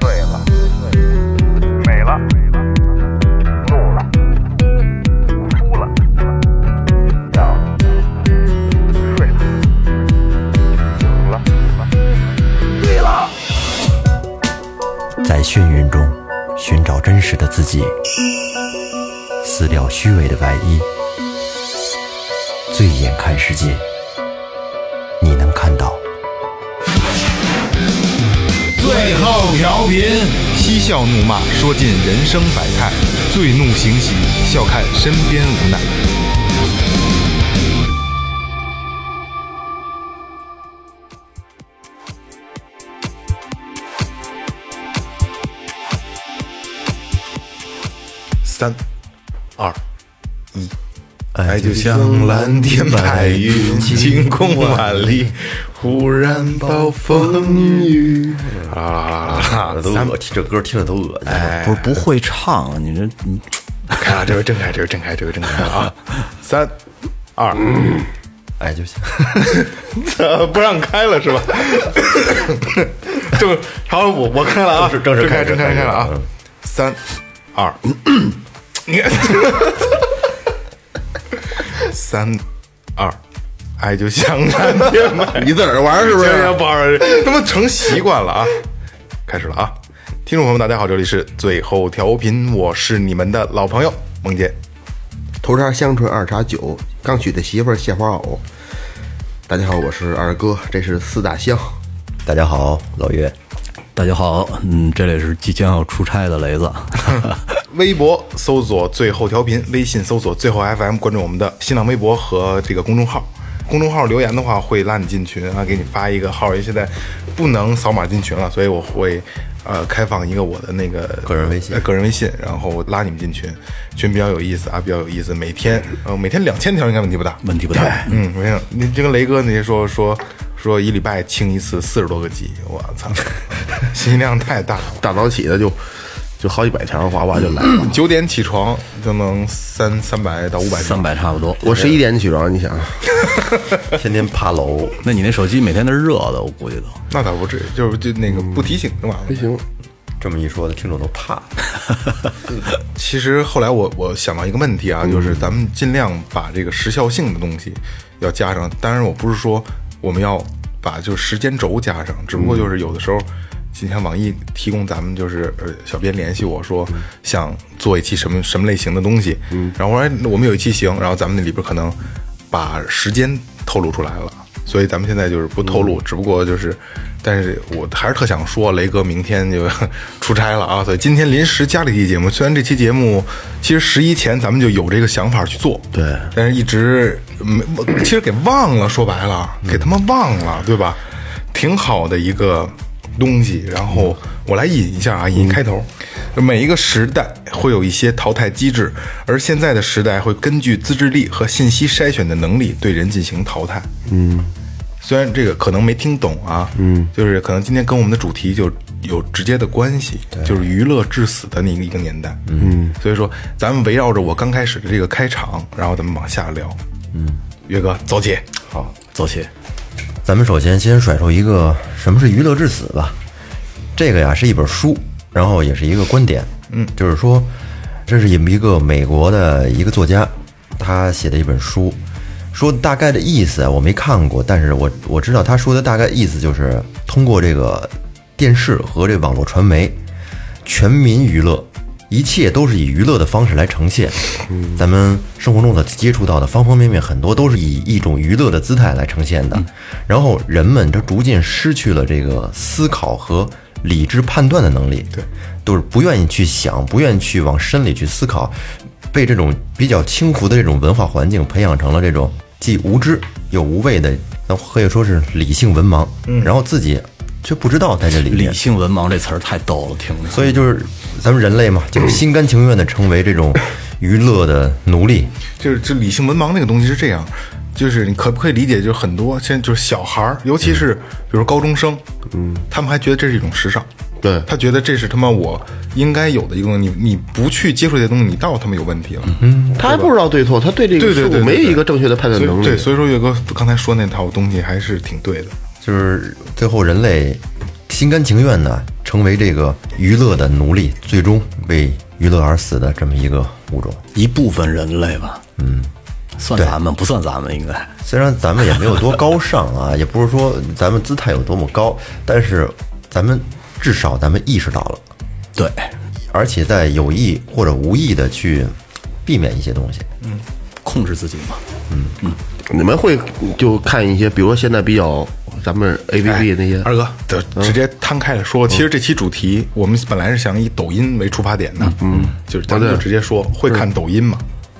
了，美了，怒了，哭了，笑了，睡了，醒了，醉了。 在眩晕中寻找真实的自己，撕掉虚伪的外衣，醉眼看世界，你能看到。 最后调频，嬉笑怒骂，说尽人生百态；醉怒行喜，笑看身边无奈。3、2、1。爱就像蓝天白云，晴空万里，忽然暴风雨。 都恶心，这歌听着都恶心。 不会唱，你这你看啊，这位郑恺啊！3、2， 哎就行， 不让开了是吧？正好，我开了啊！ 正式开了啊！3、2，你看。3、2，爱就像蓝天白云。 你自个儿玩是不是？ 不好意思，他妈成习惯了啊！开始了啊！听众朋友们，大家好，这里是最后调频，我是你们的老朋友孟杰。 头茬香椿二茬酒，刚娶的媳妇儿蟹黄藕。大家好，我是二哥，这是4大香。 大家好，老岳。 大家好，这里是即将要出差的雷子。 微博搜索最后调频，微信搜索最后 FM， 关注我们的新浪微博和这个公众号。公众号留言的话会拉你进群啊，给你发一个号，因为现在不能扫码进群了，所以我会开放一个我的那个个人微信， 然后拉你们进群。群比较有意思啊，比较有意思。每天2000条应该问题不大， 问题不大。 我想你这跟雷哥那些说一礼拜清一次40多个 G， 我操，信息量太大了。 大早起的就好几百条，哇哇就来了。 9点起床就能300到500条 ，300差不多。 我11点起床，你想， 天天爬楼， 那你那手机每天都是热的，我估计都。 那倒不至于，就那个不提醒就完了。 还行。 这么一说的，听众都怕了。 其实后来我想到一个问题啊，就是咱们尽量把这个时效性的东西要加上。当然，我不是说我们要把就是时间轴加上，只不过就是有的时候，今天网易提供咱们就是小编联系我说想做一期什么类型的东西，然后我们有一期行，然后咱们那里边可能把时间透露出来了。所以咱们现在就是不透露，只不过就是，但是我还是特想说，雷哥明天就出差了啊，所以今天临时加了一期节目。虽然这期节目其实11前咱们就有这个想法去做， 对， 但是一直其实给忘了，说白了，给他们忘了，对吧？挺好的一个东西。然后我来引一下啊，引开头。每一个时代会有一些淘汰机制，而现在的时代会根据自制力和信息筛选的能力对人进行淘汰。虽然这个可能没听懂啊，就是可能今天跟我们的主题就有直接的关系，就是娱乐至死的那一个年代。所以说咱们围绕着我刚开始的这个开场，然后咱们往下聊。岳哥走起。 好，走起。 咱们首先甩出一个什么是娱乐至死吧。这个呀是一本书，然后也是一个观点。就是说这是一个美国的一个作家，他写的一本书，说大概的意思我没看过，但是我知道他说的大概意思就是通过这个电视和这网络传媒全民娱乐，一切都是以娱乐的方式来呈现。咱们生活中的接触到的方方面面很多都是以一种娱乐的姿态来呈现的，然后人们就逐渐失去了这个思考和理智判断的能力， 对，都是不愿意去想，不愿意去往深里去思考，被这种比较轻浮的这种文化环境培养成了这种既无知又无畏的，可以说是理性文盲。然后自己却不知道在这里面。 理性文盲这词儿太逗了，听着。 所以就是咱们人类嘛，就是心甘情愿的成为这种娱乐的奴隶。 就是这理性文盲那个东西是这样，就是你可不可以理解，就是很多现在就是小孩儿，尤其是比如高中生，他们还觉得这是一种时尚， 对， 他觉得这是他妈我应该有的一个东西，你不去接触这些东西，你倒他妈有问题了。 他还不知道对错，他对这个事物没有一个正确的判断能力。 对，所以说岳哥刚才说那套东西还是挺对的。 就是最后人类心甘情愿的成为这个娱乐的奴隶，最终为娱乐而死的这么一个物种。 一部分人类吧，算咱们不算咱们应该。 虽然咱们也没有多高尚啊，也不是说咱们姿态有多么高，但是至少咱们意识到了， 对， 而且在有意或者无意的去避免一些东西。 控制自己嘛。 你们会就看一些，比如说现在比较咱们 APP 那些， 二哥，直接摊开了说。其实这期主题我们本来是想以抖音为出发点的，就是咱们就直接说，会看抖音吗？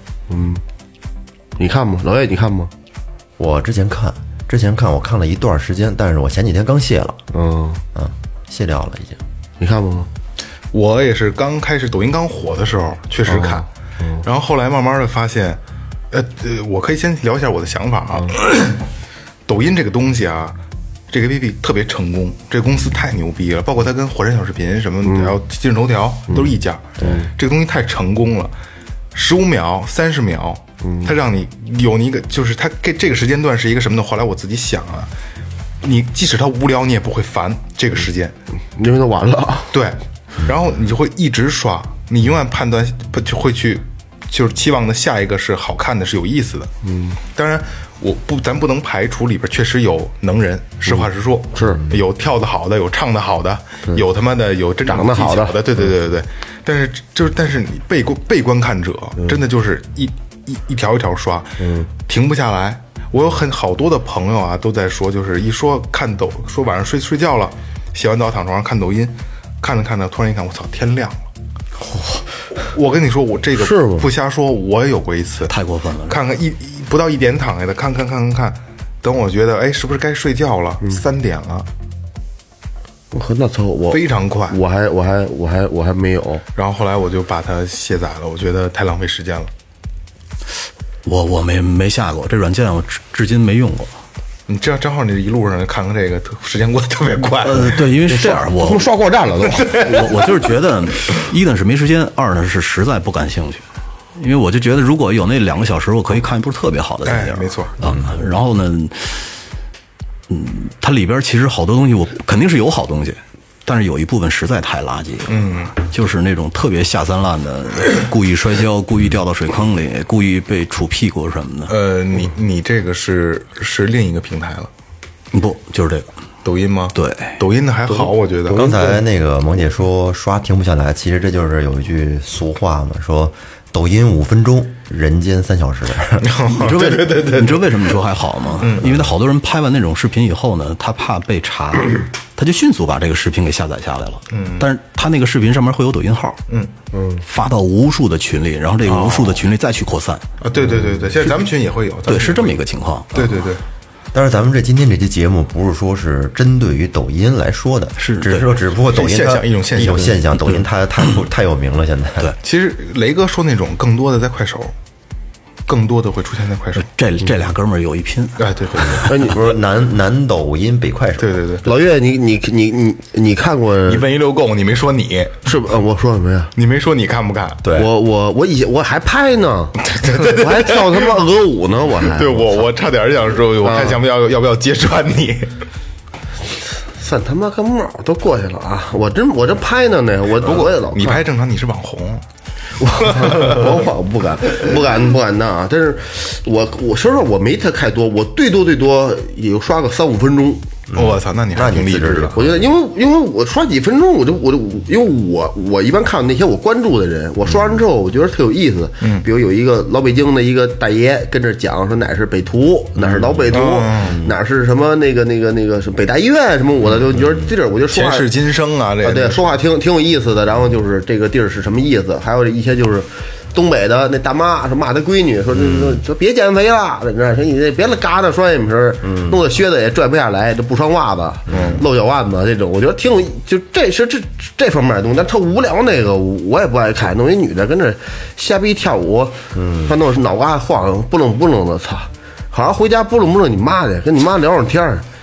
你看吗？老叶你看吗？ 我之前看，我看了一段时间，但是我前几天刚卸了，卸掉了已经。 你看吗？ 我也是刚开始抖音刚火的时候确实看，然后后来慢慢的发现，我可以先聊一下我的想法啊。抖音这个东西啊，这个 APP 特别成功，这个公司太牛逼了，包括它跟火山小视频什么，还有今日头条都是一家。这个东西太成功了，15秒、30秒，它让你有一个，就是它给这个时间段是一个什么呢？后来我自己想啊，你即使它无聊，你也不会烦这个时间， 因为它完了。 对，然后你就会一直刷，你永远判断就会去，就是期望的下一个是好看的，是有意思的。当然咱不能排除里边确实有能人，实话实说，是有跳得好的，有唱得好的，有他妈的有真正技巧的，对。但是你被观看者真的就是一条一条刷，停不下来。我有好多的朋友啊都在说，就是一说说晚上睡觉了，洗完澡躺床上看抖音，看着突然一看，我操，天亮了。我跟你说，我这个不瞎说，我也有过一次， 太过分了。 看不到1点躺下的，看，等我觉得是不是该睡觉了，3点了。 那凑我非常快， 我还没有。 然后后来我就把它卸载了，我觉得太浪费时间了。 我没下过这软件，我至今没用过。 你这正好你一路上看这个，时间过得特别快。 对，因为是这样，我刷过站了都。 我就是觉得，一呢是没时间，二呢是实在不感兴趣。因为我就觉得，如果有那2个小时，我可以看一部特别好的电影。 没错。 然后呢，它里边其实好多东西，我肯定是有好东西，但是有一部分实在太垃圾了。就是那种特别下三滥的，故意摔跤，故意掉到水坑里，故意被杵屁股什么的。 你这个是另一个平台了？ 不，就是这个抖音吗？ 对， 抖音的还好，我觉得。 刚才那个萌姐说刷停不下来，其实这就是有一句俗话嘛，说抖音5分钟，人间3小时。 你知道为什么说还好吗？因为他好多人拍完那种视频以后呢，他怕被查，他就迅速把这个视频给下载下来了。但是他那个视频上面会有抖音号，发到无数的群里，然后这个无数的群里再去扩散。 对，现在咱们群也会有。 对，是这么一个情况。 对。 但是咱们今天这期节目不是说是针对于抖音来说的，只不过抖音一种现象，抖音它太有名了，现在。 对， 其实雷哥说那种更多的在快手，更多的会出现在快手。 这俩哥们儿有一拼。 对。 你不是南抖音北快手？ 对。 老岳，你看过？ 你问一溜够，你没说你是不？我说什么呀？ 你没说你看不看？ 对， 我以前我还拍呢，我还跳他妈俄舞呢，我还。 对我差点想说，我看要不要揭穿你。 算他妈个毛都过去了啊！我这拍呢呢，我也老看。 你拍正常，你是网红。 我不敢那啊！但是我说实话，我没太多，我最多也刷个3-5分钟。 我操，那你还挺励志的。 我觉得，因为我刷几分钟，我就因为我一般看那些我关注的人，我刷完之后，我觉得特有意思。比如有一个老北京的一个大爷跟这讲说哪是北图，哪是老北图，哪是什么那个什么北大医院什么，我就觉得这地儿，我就说话前世今生啊，这个对，说话挺有意思的。然后就是这个地儿是什么意思，还有一些就是。东北的那大妈说骂他闺女，说别减肥了，说你这别了嘎达拴一瓶，弄得靴子也拽不下来，这不穿袜子，露脚腕子这种，我觉得挺有，就这方面的东西。但特无聊那个我也不爱看，弄一女的跟这瞎逼跳舞，反正脑瓜晃不楞的，操！好好回家不楞你妈去，跟你妈聊会儿天儿。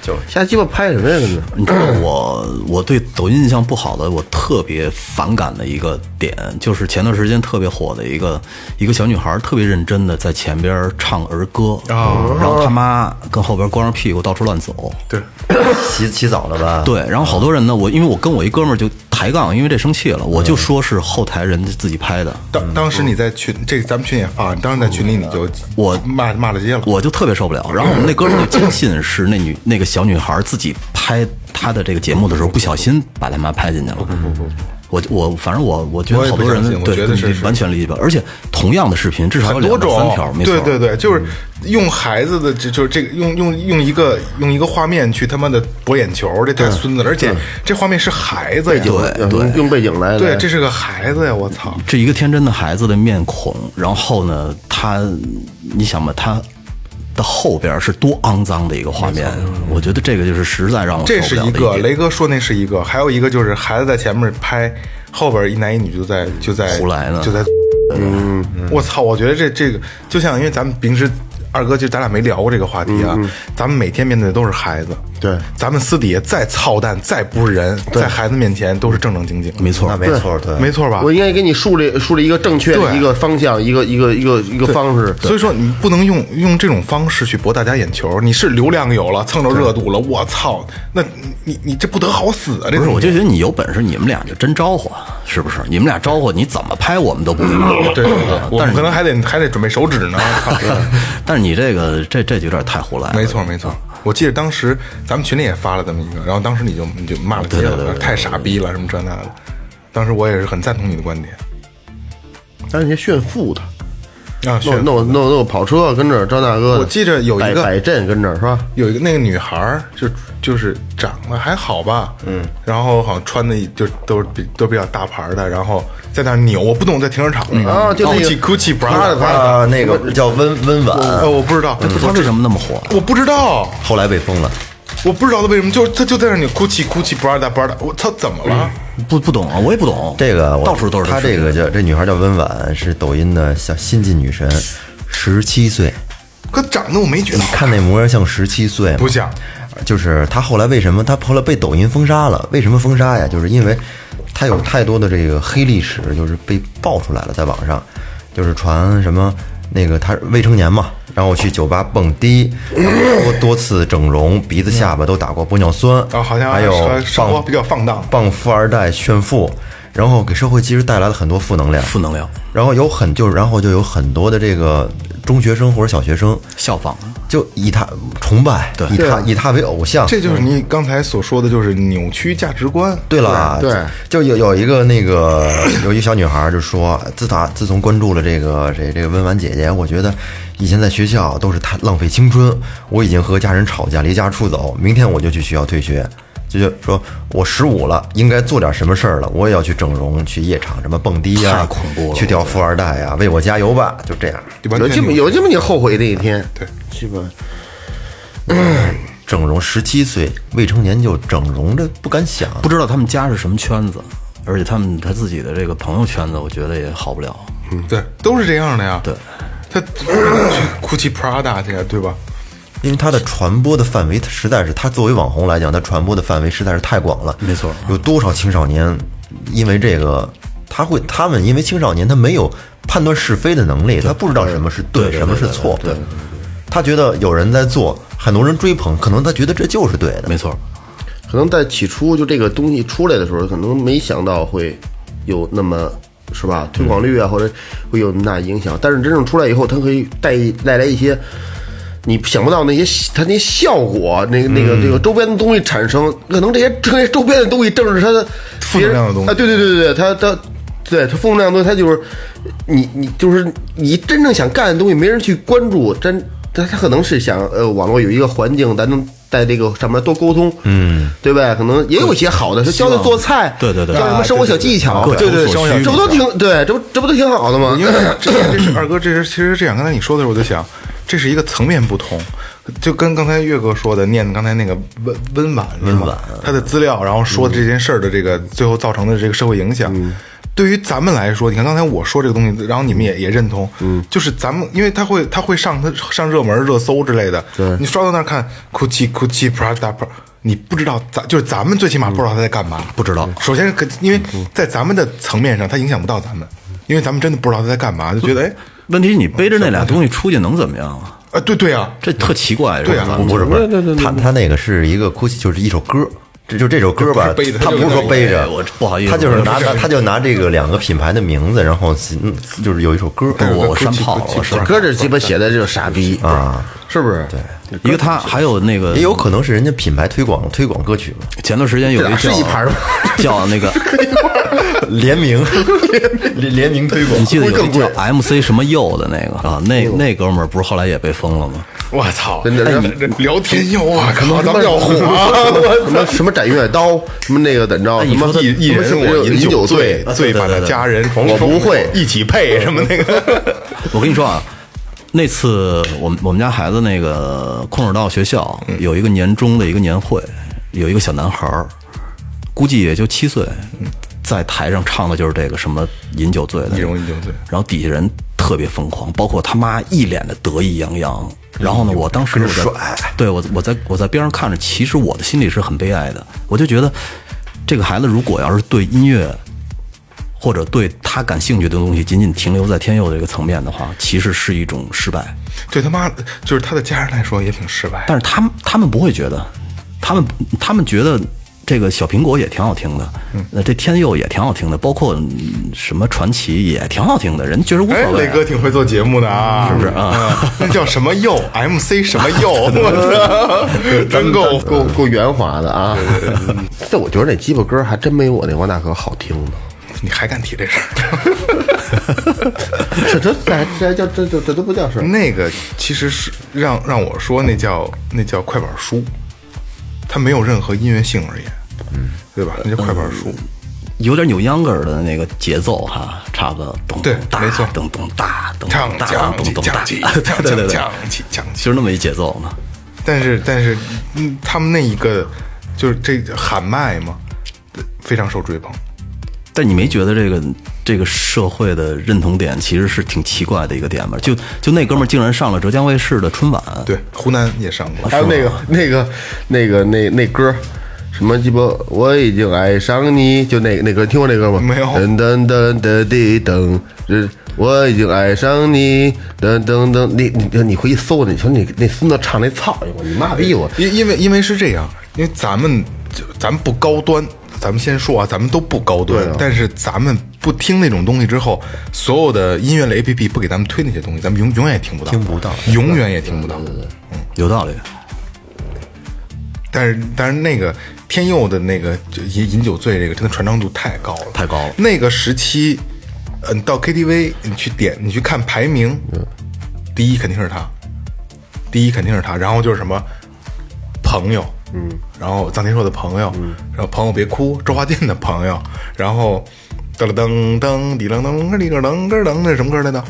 就瞎鸡巴拍什么呀？ 你知道我对抖音印象不好的，我特别反感的一个点，就是前段时间特别火的一个小女孩，特别认真的在前边唱儿歌，然后他妈跟后边光着屁股到处乱走， 对， 洗澡的吧？ 对，然后好多人呢，因为我跟我一哥们儿就抬杠，因为这生气了，我就说是后台人自己拍的。 当时你在群，这个咱们群也发，你当时在群里你就我骂了街了， 我就特别受不了。然后我们那哥们儿就坚信是那个小女孩自己拍她的这个节目的时候不小心把他妈拍进去了。反正我觉得好多人我觉得是完全理解不了，而且同样的视频至少有2到3条，没错。 对，就是用孩子的，就是这个用一个画面去他妈的博眼球，这太孙子了。而且这画面是孩子呀， 对， 用背景来， 对，这是个孩子呀，我操！ 这一个天真的孩子的面孔，然后呢，你想吧，他的后边是多肮脏的一个画面，我觉得这个就是实在让我受不了的。 这是一个，雷哥说那是一个，还有一个就是孩子在前面拍，后边一男一女就在胡来呢， 就在，我操！我觉得这个就像，因为咱们平时二哥就咱俩没聊过这个话题啊，咱们每天面对的都是孩子， 对， 咱们私底下再操蛋再不是人，在孩子面前都是正正经经， 没错， 那没错，对， 没错吧？ 我应该给你树立一个正确的一个方向，一个方式。 所以说你不能用这种方式去博大家眼球，你是流量有了，蹭着热度了，我操，那你这不得好死啊！这不是，我就觉得你有本事，你们俩就真招呼，是不是？你们俩招呼，你怎么拍我们都不明白。 对，我们可能还得准备手指呢。 但是你这个这就有点太胡来了。 没错。我记得当时咱们群里也发了这么一个，然后当时你就骂了街了，太傻逼了什么这那的。当时我也是很赞同你的观点。 但是人家炫富的啊， 弄跑车跟这儿张大哥， 我记着有一个摆阵跟这儿是吧？ 有一个那个女孩就是长得还好吧，然后好像穿的就都比较大牌的，然后在那扭，我不懂在停车场那个啊，就那个 Gucci 那个叫温婉， 我不知道， 他为什么那么火？ 我不知道， 后来被封了。 我不知道他为什么，他就在那扭 Gucci Prada， 我操，怎么了？ 不懂啊，我也不懂。 这个到处都是他这个这女孩叫温婉，是抖音的像新晋女神，17岁。 可长得我没觉得， 你看那模样像17岁吗？ 不像。 就是他后来为什么他后来被抖音封杀了？为什么封杀呀？就是因为他有太多的这个黑历史，就是被爆出来了，在网上，就是传什么那个他未成年嘛，然后去酒吧蹦迪，多次整容，鼻子下巴都打过玻尿酸， 好像还有生活比较放荡， 傍富二代炫富，然后给社会其实带来了很多负能量，然后就有很多的这个中学生或者小学生效仿， 就以他崇拜，以他为偶像， 这就是你刚才所说的，就是扭曲价值观。 对了， 对， 就有一个有一个小女孩就说，自从关注了这个温婉姐姐，我觉得以前在学校都是她浪费青春，我已经和家人吵架离家出走，明天我就去学校退学。就说我15了，应该做点什么事儿了，我也要去整容，去夜场什么蹦迪呀， 太恐怖了， 去钓富二代呀，为我加油吧，就这样。 有这么你后悔的一天？ 对， 是吧？ 整容17岁未成年就整容，这不敢想。 不知道他们家是什么圈子，而且他自己的这个朋友圈子，我觉得也好不了。 对，都是这样的呀。 对， 他去 Gucci Prada 去，对吧？ 因为他的传播的范围，实在是他作为网红来讲，他传播的范围实在是太广了。 没错， 有多少青少年因为这个，他们因为青少年他没有判断是非的能力，他不知道什么是对，什么是错。对，他觉得有人在做，很多人追捧，可能他觉得这就是对的。 没错， 可能在起初就这个东西出来的时候，可能没想到会有那么是吧推广率啊，或者会有那么大影响。但是真正出来以后，它可以带来一些你想不到那些它那些效果，那个周边的东西产生，可能这些周边的东西正是它的负能量的东西啊，对，它负能量的东西，它就是你就是你真正想干的东西，没人去关注，他可能是想网络有一个环境，咱能在这个上面多沟通，对吧？可能也有一些好的，是教他做菜， 对， 教什么生活小技巧， 对， 这不都挺对，这不都挺好的吗？ 因为这是二哥，其实这样，刚才你说的时候，我就想，这是一个层面不同，就跟刚才岳哥说的，念刚才那个温婉，他的资料，然后说的这件事儿的这个最后造成的这个社会影响。 对于咱们来说，你看刚才我说这个东西，然后你们也认同，就是咱们因为他会上热门热搜之类的， 对， 你刷到那儿看 Gucci Prada， 你不知道就是咱们最起码不知道他在干嘛， 不知道。 首先因为在咱们的层面上，它影响不到咱们，因为咱们真的不知道他在干嘛，就觉得哎， 问题你背着那俩东西出去能怎么样啊？ 对啊， 这特奇怪， 对啊， 不是，他那个是一个 Gucci， 就是一首歌。这首歌吧，他不是说背着， 我不好意思， 他就是他就拿这个2个品牌的名字，然后就是有一首歌， 我删炮了， 这歌这鸡巴写的就是傻逼啊，是不是？ 对， 一个他还有那个也有可能是人家品牌推广歌曲嘛。 前段时间有一个是一盘吗？ 叫那个联名推广， 你记得有一个叫 MC 什么佑的那个啊？那哥们儿不是后来也被封了吗？ 我操！ 真的聊天佑啊，靠，咱们要火什么斩月刀，什么那个怎着？什么一人我饮酒醉，醉把他家人我不会一起配什么那个。 我跟你说啊，那次我们家孩子那个空手道学校有一个年终的一个年会，有一个小男孩儿，估计也就7岁，在台上唱的就是这个什么饮酒醉的， 一人饮酒醉， 然后底下人特别疯狂，包括他妈一脸的得意洋洋。然后呢，我当时我在边上看着，其实我的心里是很悲哀的。我就觉得，这个孩子如果要是对音乐或者对他感兴趣的东西仅仅停留在天佑这个层面的话，其实是一种失败。 对他妈，就是他的家人来说也挺失败。 但是他们不会觉得，他们觉得这个小苹果也挺好听的，这天佑也挺好听的，包括什么传奇也挺好听的，人觉得无所谓。 磊哥挺会做节目的啊， 是不是啊？ 那叫什么佑 MC 什么佑，我操，真够圆滑的啊！这我觉得那鸡巴歌还真没我那王大可好听呢。 你还敢提这事儿？ 这都不叫事儿。 那个其实是让我说，那叫快板书，它没有任何音乐性而言，对吧？那叫快板书， 有点扭秧歌儿的那个节奏哈，差不多。 对，没错， 咚咚哒，咚锵哒， 锵咚咚哒， 锵对对对， 锵锵， 就是那么一节奏嘛。 但是，他们那一个就是这喊麦嘛，非常受追捧。 但你没觉得这个社会的认同点其实是挺奇怪的一个点吗？就那哥们儿竟然上了浙江卫视的春晚， 对，湖南也上过。 还有那歌，什么鸡巴我已经爱上你，就那歌，听过那歌吗？ 没有。 噔噔噔噔滴噔，我已经爱上你，噔噔噔，你回去搜，你瞧你那孙子唱那操，你妈逼我！ 因为是这样，因为咱们不高端。咱们先说啊，咱们都不高端，但是咱们不听那种东西之后，所有的音乐类 APP 不给咱们推那些东西，咱们永远也听不到，永远也听不到。 有道理。 但是那个天佑的那个饮酒醉，这个真的传唱度太高了， 太高了。 那个时期，你到 KTV 你去看排名，第一肯定是他，然后就是什么朋友。然后臧天朔的朋友，然后朋友别哭，周华健的朋友，然后噔噔噔滴噔噔滴个噔个噔，那是什么歌来的？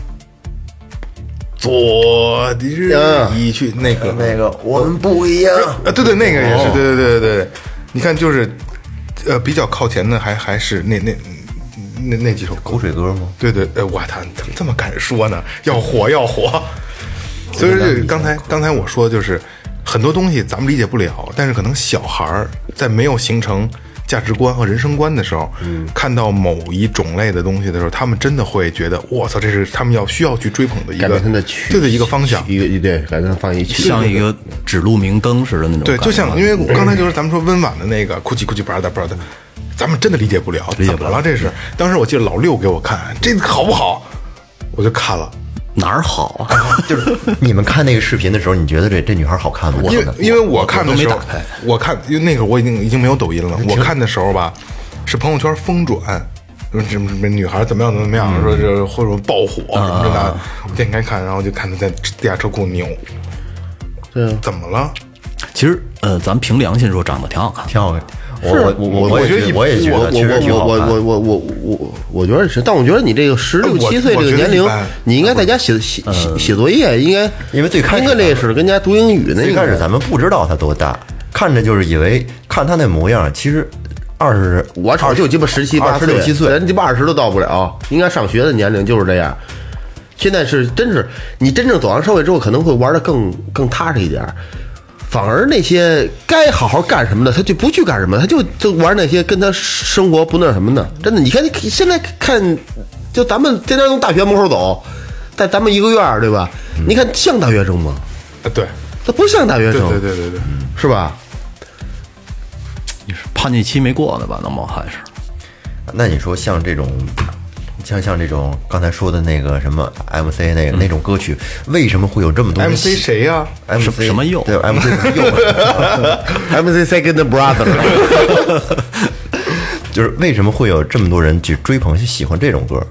左的日一去那个我们不一样啊，对，那个也是，对，你看就是比较靠前的还是那几首口水歌吗？ 对，我操，怎么这么敢说呢？要火，所以刚才我说的就是很多东西咱们理解不了，但是可能小孩在没有形成价值观和人生观的时候，看到某一种类的东西的时候，他们真的会觉得，我操，这是他们需要去追捧的一个一个方向， 对，改变放一曲， 像一个指路明灯似的那种。 对，就像因为刚才就是咱们说温婉的那个 Gucci Prada， 咱们真的理解不了，怎么了？这是当时我记得老六给我看，这好不好？我就看了。 哪儿好啊？ 就是你们看那个视频的时候，你觉得这女孩好看吗？ 因为我看的时候，我看因为那个我已经没有抖音了。我看的时候吧，是朋友圈疯转，说什么女孩怎么样，说这或者爆火什么的。我点开看，然后就看她在地下车库扭。 对， 怎么了？ 其实咱们凭良心说，长得挺好看， 挺好看。我也觉得，确实挺好看。 我觉得是，但我觉得你这个16、17岁这个年龄，你应该在家写作业，应该因为最开始应该那是跟家读英语那个。 最开始咱们不知道他多大，看着就是以为看他那模样，其实 20， 我瞅就鸡巴17、18岁， 26、7岁， 人鸡巴20都到不了，应该上学的年龄就是这样。现在是真是你真正走上社会之后，可能会玩的更踏实一点。反而那些该好好干什么的，他就不去干什么，他就玩那些跟他生活不那什么的。真的，你看现在看，就咱们天天从大学门口走，在咱们一个院儿，对吧？你看像大学生吗？ 对， 他不像大学生， 对， 是吧？ 你是叛逆期没过呢吧？那么还是？ 那你说像这种，像这种刚才说的那个什么 MC 那种歌曲，为什么会有这么多人 MC 谁呀 ？MC 什么佑？ 对 ，MC 什么佑 ？MC Second Brother， 就是为什么会有这么多人去追捧、去喜欢这种歌？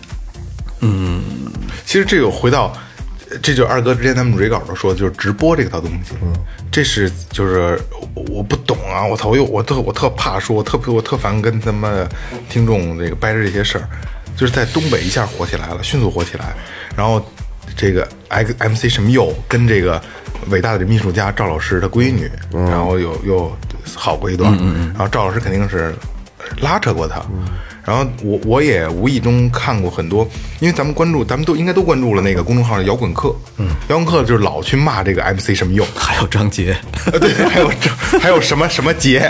其实这个回到，这就是二哥之前咱们蕊稿的说，就是直播这套东西，这是就是我不懂啊，我操，我特怕说，我特烦跟他们听众这个掰扯这些事儿，就是在东北一下火起来了，迅速火起来，然后这个 MC 什么佑跟这个伟大的人民艺术家赵老师的闺女，然后又好过一段，然后赵老师肯定是拉扯过他。然后我也无意中看过很多，因为咱们都应该都关注了那个公众号的摇滚课，摇滚课就是老去骂这个 MC 什么佑， 还有张杰， 对，还有什么杰，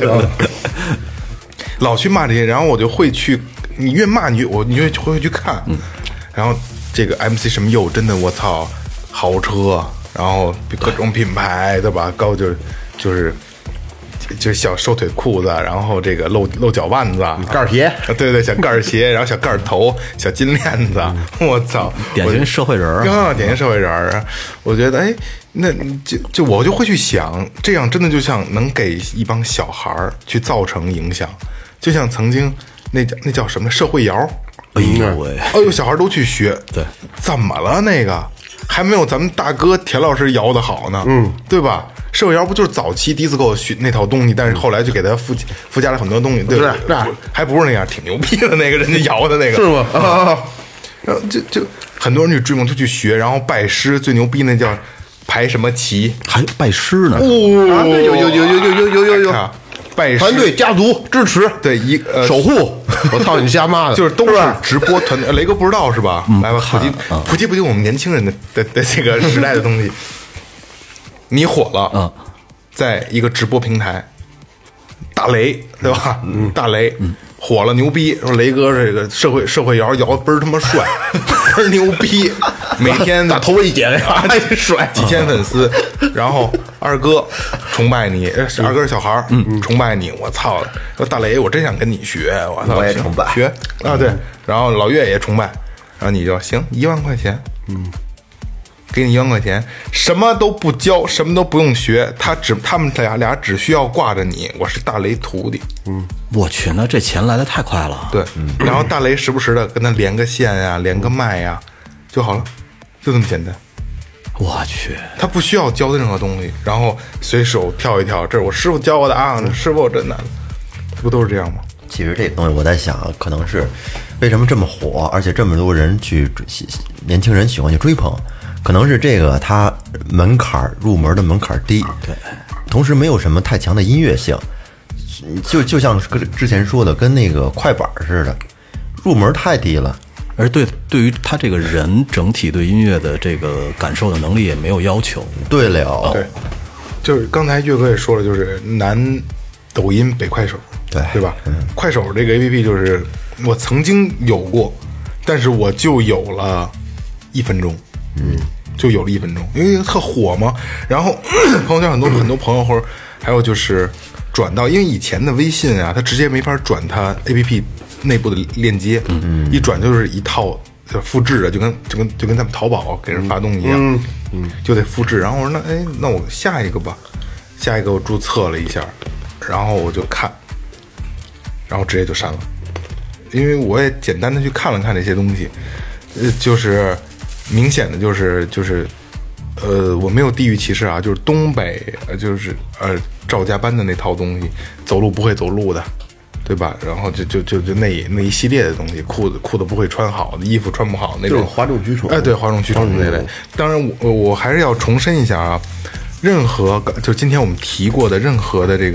老去骂这些，然后我就会去，你越骂你就会去看，然后这个 MC 什么佑真的我操，豪车，然后各种品牌对吧，高就是小收腿裤子，然后这个露脚腕子， 盖儿鞋， 对，小盖儿鞋，然后小盖儿头，小金链子，我操， 典型社会人儿啊，典型社会人儿。我觉得，哎，那我就会去想，这样真的就像能给一帮小孩儿去造成影响，就像曾经那叫什么社会摇， 哎呦喂， 哎呦，小孩都去学， 对， 怎么了那个？还没有咱们大哥田老师摇的好呢，对吧？社会摇不就是早期disco那套东西，但是后来就给他附加了很多东西，对吧？还不是那样，挺牛逼的那个人家摇的那个， 是吗？ 然后就很多人去追梦，就去学，然后拜师，最牛逼那叫排什么旗， 还拜师呢？ 对，有， 拜师团队家族支持， 对守护，我操你瞎妈的， 就是都是直播团队。雷哥不知道是吧？来吧，普及我们年轻人的这个时代的东西。你火了，在一个直播平台，大雷对吧？大雷火了，牛逼！说雷哥这个社会摇的倍儿他妈帅，倍儿牛逼，每天把头发一剪，还帅， 几千粉丝。然后二哥崇拜你，二哥是小孩儿，崇拜你，我操！说大雷，我真想跟你学，我操， 我也崇拜学啊，对。然后老岳也崇拜，然后你就行，1万块钱，给你1万块钱，什么都不教，什么都不用学，他们俩只需要挂着你，我是大雷徒弟。 我去，那这钱来的太快了。 对，然后大雷时不时的跟他连个线呀，连个麦呀，就好了，就这么简单。 我去， 他不需要教的任何东西，然后随手跳一跳，这是我师傅教我的啊，师傅真的，不都是这样吗？ 其实这个东西我在想，可能是为什么这么火，而且这么多人年轻人喜欢去追捧，可能是这个它入门的门槛低，对，同时没有什么太强的音乐性，就像之前说的，跟那个快板似的，入门太低了。 而对于他这个人整体对音乐的这个感受的能力也没有要求。 对了， 对，就是刚才岳哥也说了，就是南抖音北快手，对吧？快手这个 APP 就是我曾经有过，但是我就有了1分钟，就有了1分钟，因为特火嘛。然后朋友圈很多朋友或者还有就是转到，因为以前的微信啊，它直接没法转它 APP 内部的链接，一转就是一套复制的，就跟咱们淘宝给人发东西一样，就得复制。然后我说那我下一个吧，下一个我注册了一下，然后我就看，然后直接就删了，因为我也简单的去看了看这些东西，就是明显的就是我没有地域歧视啊，就是东北就是赵家班的那套东西，走路不会走路的。对吧？然后就那一系列的东西，裤子不会穿好的，衣服穿不好那种， 就是哗众取宠。 对，哗众取宠那类。当然我还是要重申一下啊，任何就今天我们提过的任何的这个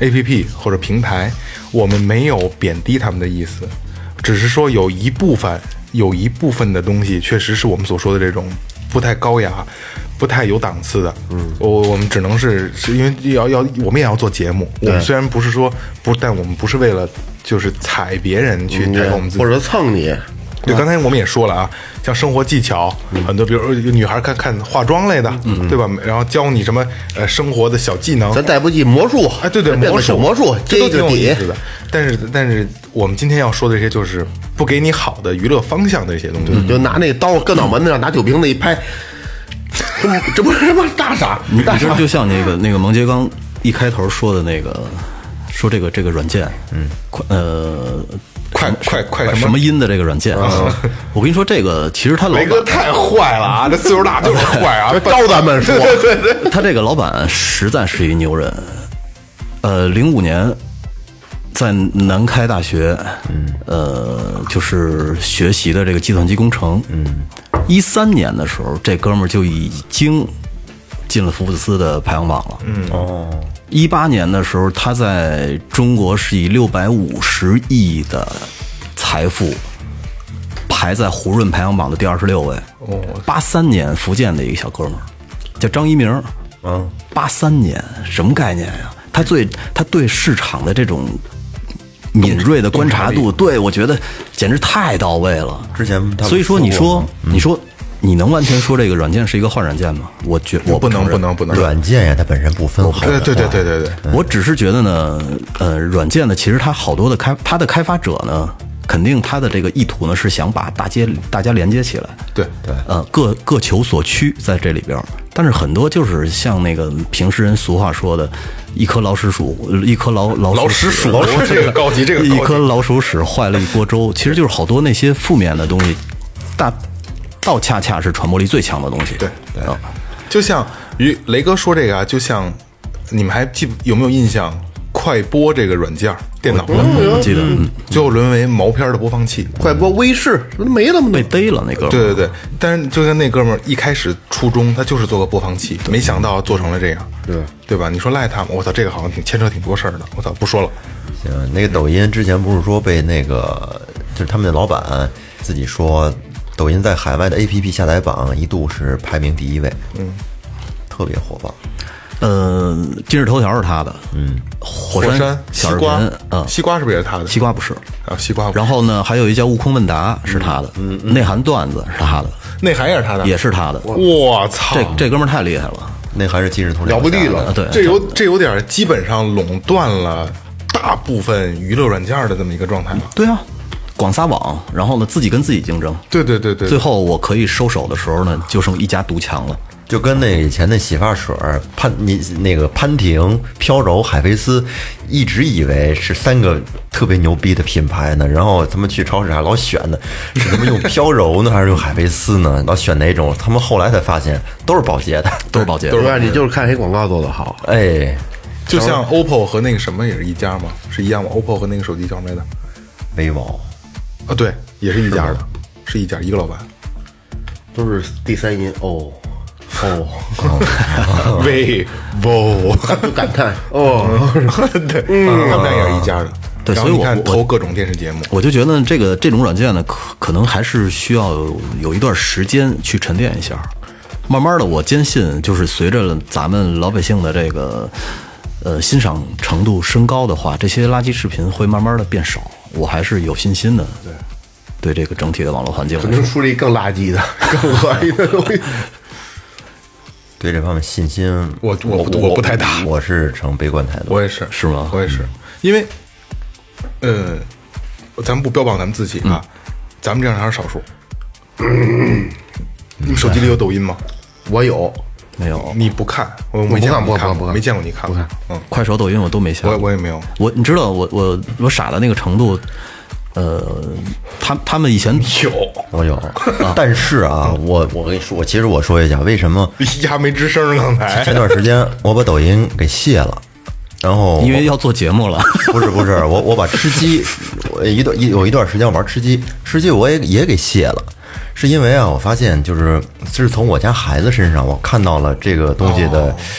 APP 或者平台，我们没有贬低他们的意思，只是说有一部分的东西确实是我们所说的这种不太高雅、不太有档次的。我们只能是因为我们也要做节目。我们虽然不是说但我们不是为了就是踩别人去抬高我们自己， 或者蹭你。 对，刚才我们也说了啊，像生活技巧，很多，比如女孩看化妆类的，对吧？然后教你什么生活的小技能， 咱再不济魔术， 哎，对， 魔术， 这都挺有意底思的。但是我们今天要说的这些，就是不给你好的娱乐方向的这些东西。 就拿那刀搁脑门子上，拿酒瓶子一拍，这不是什么大傻？ 你这就像那个蒙杰刚一开头说的那个，说这个软件， 快什么音的这个软件，我跟你说，这个其实他老雷哥太坏了啊！这岁数大就是坏啊， 招咱们说， 对， 他这个老板实在是一牛人。05年在南开大学，就是学习的这个计算机工程。13年的时候，这哥们儿就已经进了福布斯的排行榜了。18年的时候，他在中国是以650亿的财富排在胡润排行榜的第26位。83年福建的一个小哥们儿叫张一鸣。83年什么概念呀？他对市场的这种敏锐的观察度，对我觉得简直太到位了。 之前他们所以说，你说说你能完全说这个软件是一个坏软件吗？我不能。 软件呀，它本身不分好的。 对。 我只是觉得呢，软件呢，其实它好多的它的开发者呢，肯定他的这个意图呢是想把大家连接起来。对，各求所趋在这里边。但是很多就是像那个平时人俗话说的，一颗老鼠屎，这个高级，一颗老鼠屎坏了一锅粥，其实就是好多那些负面的东西，倒恰恰是传播力最强的东西。对， 就像于雷哥说这个啊，就像你们还有没有印象？快播这个软件，电脑的， 记得， 最后沦为毛片的播放器。 快播卫视没了吗？ 被逮了那哥们儿。对，但是就跟那哥们儿一开始初衷，他就是做个播放器，没想到做成了这样，对吧？你说赖他吗？我操，这个好像牵扯挺多事儿的。我操，不说了。 行，那个抖音之前不是说被那个，就是他们的老板自己说，抖音在海外的 APP 下载榜一度是排名第1位，特别火爆。 今日头条是他的，火山西瓜，西瓜是不是也是他的？ 西瓜不是啊，西瓜不是。 然后呢，还有一叫悟空问答是他的，内涵段子是他的， 内涵也是他的， 也是他的。 我操， 这哥们儿太厉害了， 内涵是今日头条了不地了。 对， 这有点基本上垄断了大部分娱乐软件的这么一个状态了。 对啊，广撒网，然后呢自己跟自己竞争。 对， 最后我可以收手的时候呢，就剩一家独强了。 就跟那以前那洗发水潘婷、飘柔、海飞丝，一直以为是3个特别牛逼的品牌呢，然后他们去超市还老选的是他们用飘柔呢，还是用海飞丝呢？老选哪种？他们后来才发现都是保洁的， 都是保洁的。你就是看谁广告做得好。 哎， 就像 OPPO 和那个什么也是一家吗？是一样吗 ？OPPO 和那个手机叫什么来着 ？vivo 啊，对，也是一家的，是一家一个老板， 都是第3音 vivo 就感叹对，他们俩也是一家的。 对，所以你看投各种电视节目， 我就觉得这种软件呢，可能还是需要有一段时间去沉淀一下。慢慢的，我坚信就是随着咱们老百姓的这个欣赏程度升高的话，这些垃圾视频会慢慢的变少。我还是有信心的。对这个整体的网络环境来说， 可能树立更垃圾的、更恶心的东西。 对这方面信心， 我不太大， 我是呈悲观态度。 我也是， 是吗？ 我也是，因为，咱们不标榜咱们自己啊，咱们这样还是少数。你们手机里有抖音吗？ 我有， 没有？ 你不看？我没见过你看，没见过你看。 不看。 快手、抖音我都没下。 我也没有。 你知道我傻到那个程度。他们以前我有，但是啊，我跟你说，其实我说一下，为什么一家没吱声？刚才前段时间我把抖音给卸了，然后因为要做节目了， 不是，我把吃鸡，有一段时间我玩吃鸡我也给卸了，是因为啊，我发现就是从我家孩子身上，我看到了这个东西的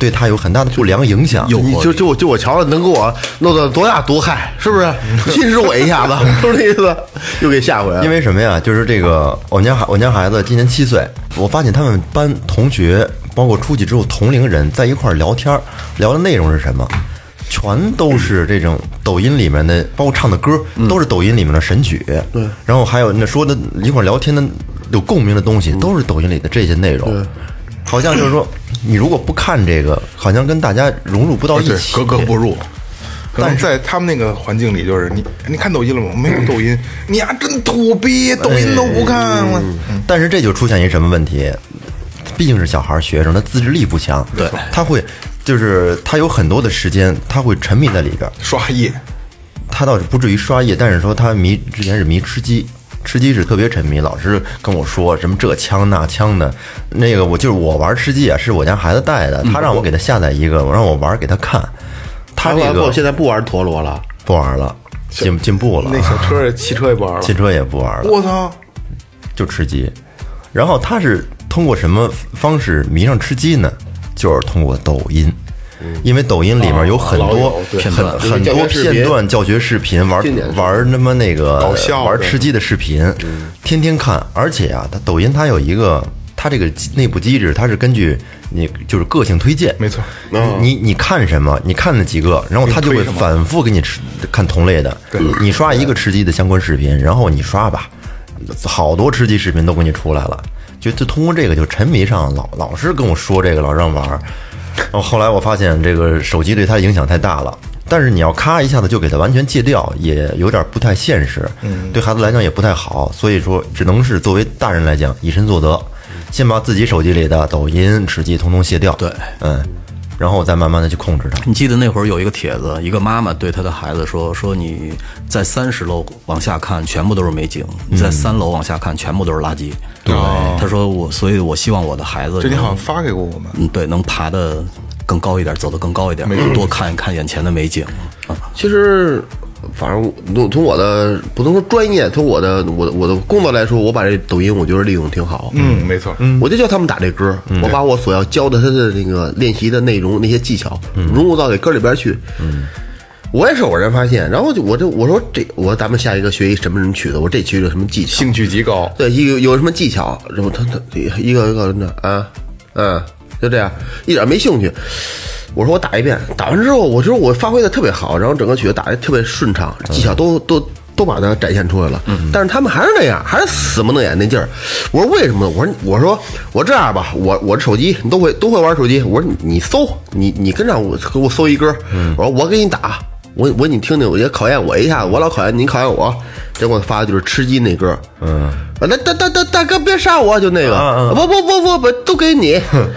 对他有很大的不良影响。 你就我瞧了，能给我弄得多大毒害，是不是？侵蚀我一下子，是不是这意思？又给吓回来了。 因为什么呀？就是这个我家孩子今年7岁，我发现他们班同学，包括出去之后同龄人在一块儿聊天，聊的内容是什么？全都是这种抖音里面的，包括唱的歌，都是抖音里面的神曲。对，然后还有那说的一块儿聊天的有共鸣的东西，都是抖音里的这些内容。对，好像就是说，你如果不看这个，好像跟大家融入不到一起， 格格不入。但是在他们那个环境里，就是你看抖音了吗？没有抖音，你呀真土逼，抖音都不看了。 但是这就出现一什么问题？毕竟是小孩学生，他自制力不强， 对， 他会就是他有很多的时间，他会沉迷在里边刷夜。 他倒是不至于刷夜，但是说他之前是迷吃鸡。吃鸡是特别沉迷，老是跟我说什么这枪那枪的，那个我玩吃鸡啊，是我家孩子带的，他让我给他下载一个，我让我玩给他看。他这个现在不玩陀螺了， 不玩了，进步了。 那小汽车也不玩了， 汽车也不玩了。 我操， 就吃鸡。然后他是通过什么方式迷上吃鸡呢？就是通过抖音。因为抖音里面有很多很多片段教学视频，玩他妈那个搞笑玩吃鸡的视频，天天看。而且啊，它抖音它有一个它这个内部机制，它是根据你就是个性推荐， 没错。 你看什么，你看那几个，然后它就会反复给你看同类的。你刷一个吃鸡的相关视频，然后你刷吧，好多吃鸡视频都给你出来了。就通过这个就沉迷上，老是跟我说这个，老让玩。然后后来我发现这个手机对他的影响太大了，但是你要咔一下子就给他完全戒掉，也有点不太现实，对孩子来讲也不太好，所以说只能是作为大人来讲以身作则，先把自己手机里的抖音、吃鸡统统卸掉， 对， 然后再慢慢的去控制他。 你记得那会儿有一个帖子，一个妈妈对她的孩子说你在30楼往下看全部都是美景，你在3楼往下看全部都是垃圾。对，她说所以我希望我的孩子， 这你好像发给过我们， 对，能爬得更高一点，走得更高一点，多看一看眼前的美景。 其实反正从我的不能说专业，从我的工作来说，我把这抖音我觉得利用挺好。 没错。 我就教他们打这歌，我把我所要教的他的那个练习的内容那些技巧融入到这歌里边去。我也是偶然发现，然后我说咱们下一个学一什么曲子，我这曲有什么技巧， 兴趣极高。 对，有什么技巧，然后他一个的就这样，一点没兴趣。我说我打一遍，打完之后，我觉得我发挥的特别好，然后整个曲子打得特别顺畅，技巧都把它展现出来了。但是他们还是那样，还是死不能演那劲儿。我说为什么？我说这样吧，我这手机你都会玩手机。我说你搜，你跟上我给我搜一歌。我说我给你打，我你听听，我也考验我一下，我老考验你，考验我。结果发的就是吃鸡那歌。大哥别杀我，就那个。不，都给你。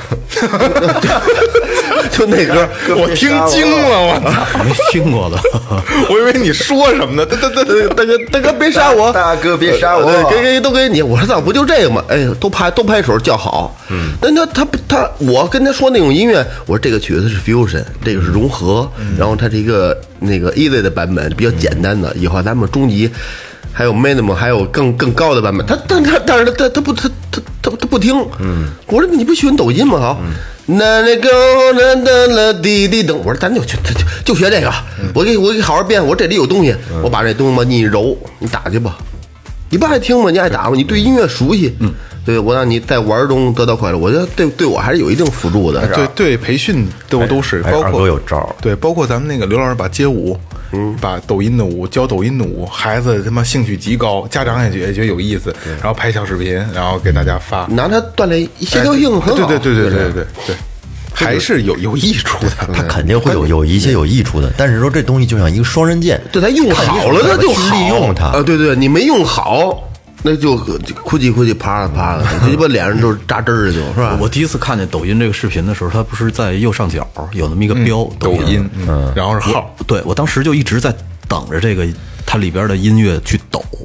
就那歌， 我听惊了，我操， 没听过的， 我以为你说什么呢？ 大哥别杀我， 大哥别杀我， 都给你。我说咋不就这个吗？哎，都拍手叫好。但他我跟他说那种音乐，我说这个曲子是 fusion， 这个是融合，然后它是一个那个 easy 的版本，比较简单的。以后咱们中级还有 minimum 还有更高的版本。但是他不听。我说你不喜欢抖音吗？好。那滴滴噔，我说咱就学这个，我给好好编，我这里有东西，我把这东西吧你揉，你打去吧，你不爱听吗？你爱打吗？你对音乐熟悉，对，我让你在玩中得到快乐，我觉得对我还是有一定辅助的。 对，培训都是，包括有招。 对，包括咱们那个刘老师把街舞，把抖音的舞教抖音的舞，孩子他妈兴趣极高，家长也觉得有意思，然后拍小视频，然后给大家发， 拿它锻炼协调性很好。 对，还是有益处的， 它肯定会有一些有益处的，但是说这东西就像一个双刃剑， 对，它用好了它就好， 利用它对，你没用好。那就哭叽啪了，这鸡巴脸上都是扎针儿就是吧？ 我第一次看见抖音这个视频的时候，它不是在右上角有那么一个标， 抖音，然后是号。 对，我当时就一直在等着这个它里边的音乐去抖。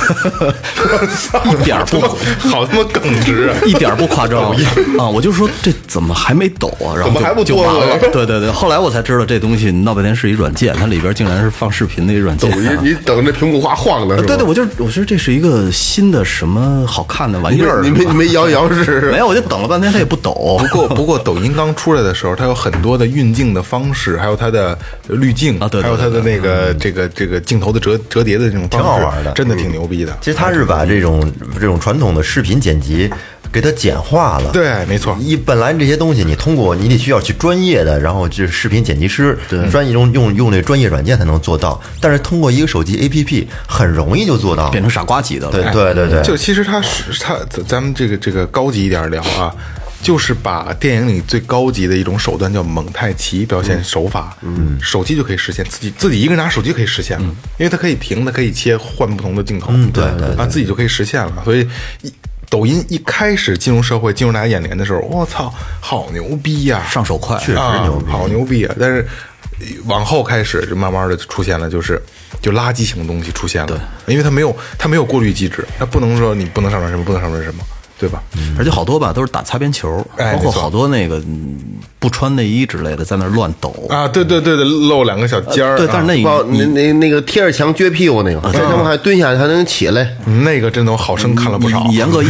一点儿不好他妈耿直啊！ 一点儿不夸张啊！我就说这怎么还没抖啊？然后怎么还不就完了？ 多了对对对，后来我才知道这东西闹半天是一软件，它里边竟然是放视频的一软件。 你等着屏幕画晃的是吧？ 对对，我觉得这是一个新的什么好看的玩意儿。 你没摇试？ 没有，我就等了半天，它也不抖。 不过抖音刚出来的时候，它有很多的运镜的方式，还有它的滤镜啊，对， 还有它的那个这个镜头的折叠的这种方式， 挺好玩的， 真的挺牛逼的。 其实它是把这种传统的视频剪辑给它简化了。 对，没错。 本来这些东西你通过你得需要去专业的，然后就是视频剪辑师专业用那专业软件才能做到，但是通过一个手机 APP 很容易就做到， 变成傻瓜级的了。 对， 就其实咱们这个高级一点聊啊。就是把电影里最高级的一种手段叫蒙太奇表现手法，手机就可以实现，自己一个人拿手机可以实现，因为它可以停，它可以切换不同的镜头， 对啊，自己就可以实现了。所以抖音一开始进入社会、进入大家眼帘的时候，我操，好牛逼呀， 上手快， 确实牛逼， 好牛逼啊！但是往后开始就慢慢的出现了，就垃圾型的东西出现了，因为它没有过滤机制，它不能说你不能上传什么，不能上传什么。对吧？ 而且好多吧都是打擦边球，包括好多那个不穿内衣之类的在那乱抖啊！对，露两个小尖儿。 对，但是那个贴着墙撅屁股那个，他们还蹲下还能起来， 那个真的我好生看了不少。 你严格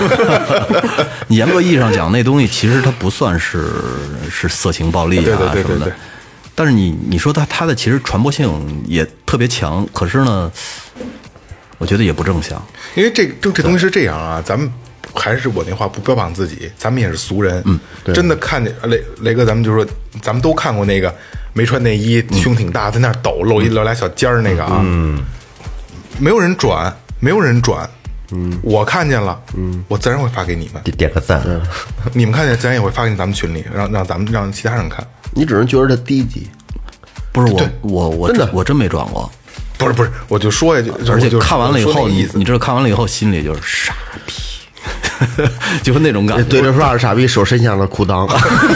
意义上讲，那东西其实它不算是色情暴力啊什么的。但是你说它的其实传播性也特别强，可是呢，我觉得也不正向， 因为这东西是这样啊，咱们。还是我那话，不标榜自己，咱们也是俗人。真的看见雷哥，咱们就说，咱们都看过那个没穿内衣，胸挺大，在那抖，露俩小尖儿那个啊。没有人转，我看见了，我自然会发给你们， 点个赞。 你们看见自然也会发给咱们群里，让其他人看。 你只能觉得他低级， 不是我真没转过。 不是，我就说呀， 而且看完了以后，你知道看完了以后心里就是傻逼。就是那种感觉， 对着说二傻逼，手伸向了裤裆。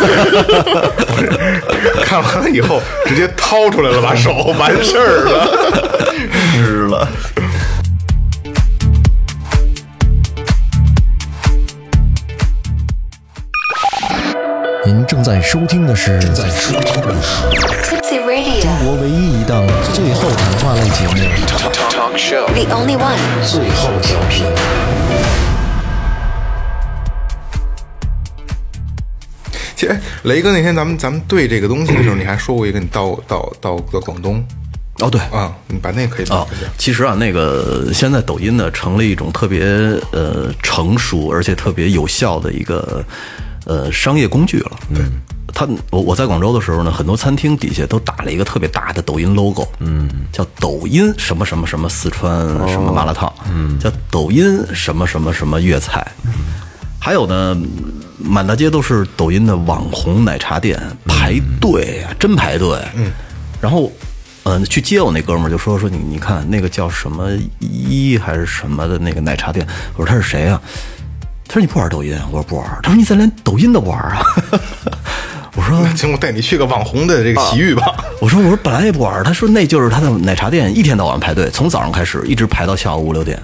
看完了以后，直接掏出来了，把手完事儿了， 湿了。 您正在收听的是中国唯一一档最后谈话类节目 The only one 最后调频。 其实，雷哥那天咱们对这个东西的时候，你还说过一个，你到广东。 哦，对啊，你把那个可以啊。其实啊，那个现在抖音呢，成了一种特别成熟而且特别有效的一个商业工具了。我在广州的时候呢，很多餐厅底下都打了一个特别大的抖音 logo，叫抖音什么什么什么四川什么麻辣烫，叫抖音什么什么什么粤菜，还有呢。满大街都是抖音的网红奶茶店，排队啊，真排队。然后，去接我那哥们儿就说你看那个叫什么一还是什么的那个奶茶店，我说他是谁啊？他说你不玩抖音，我说不玩。他说你咋连抖音都玩啊？我说请我带你去个网红的这个洗浴吧。 我说本来也不玩。他说那就是他的奶茶店，一天到晚排队，从早上开始一直排到下午5、6点。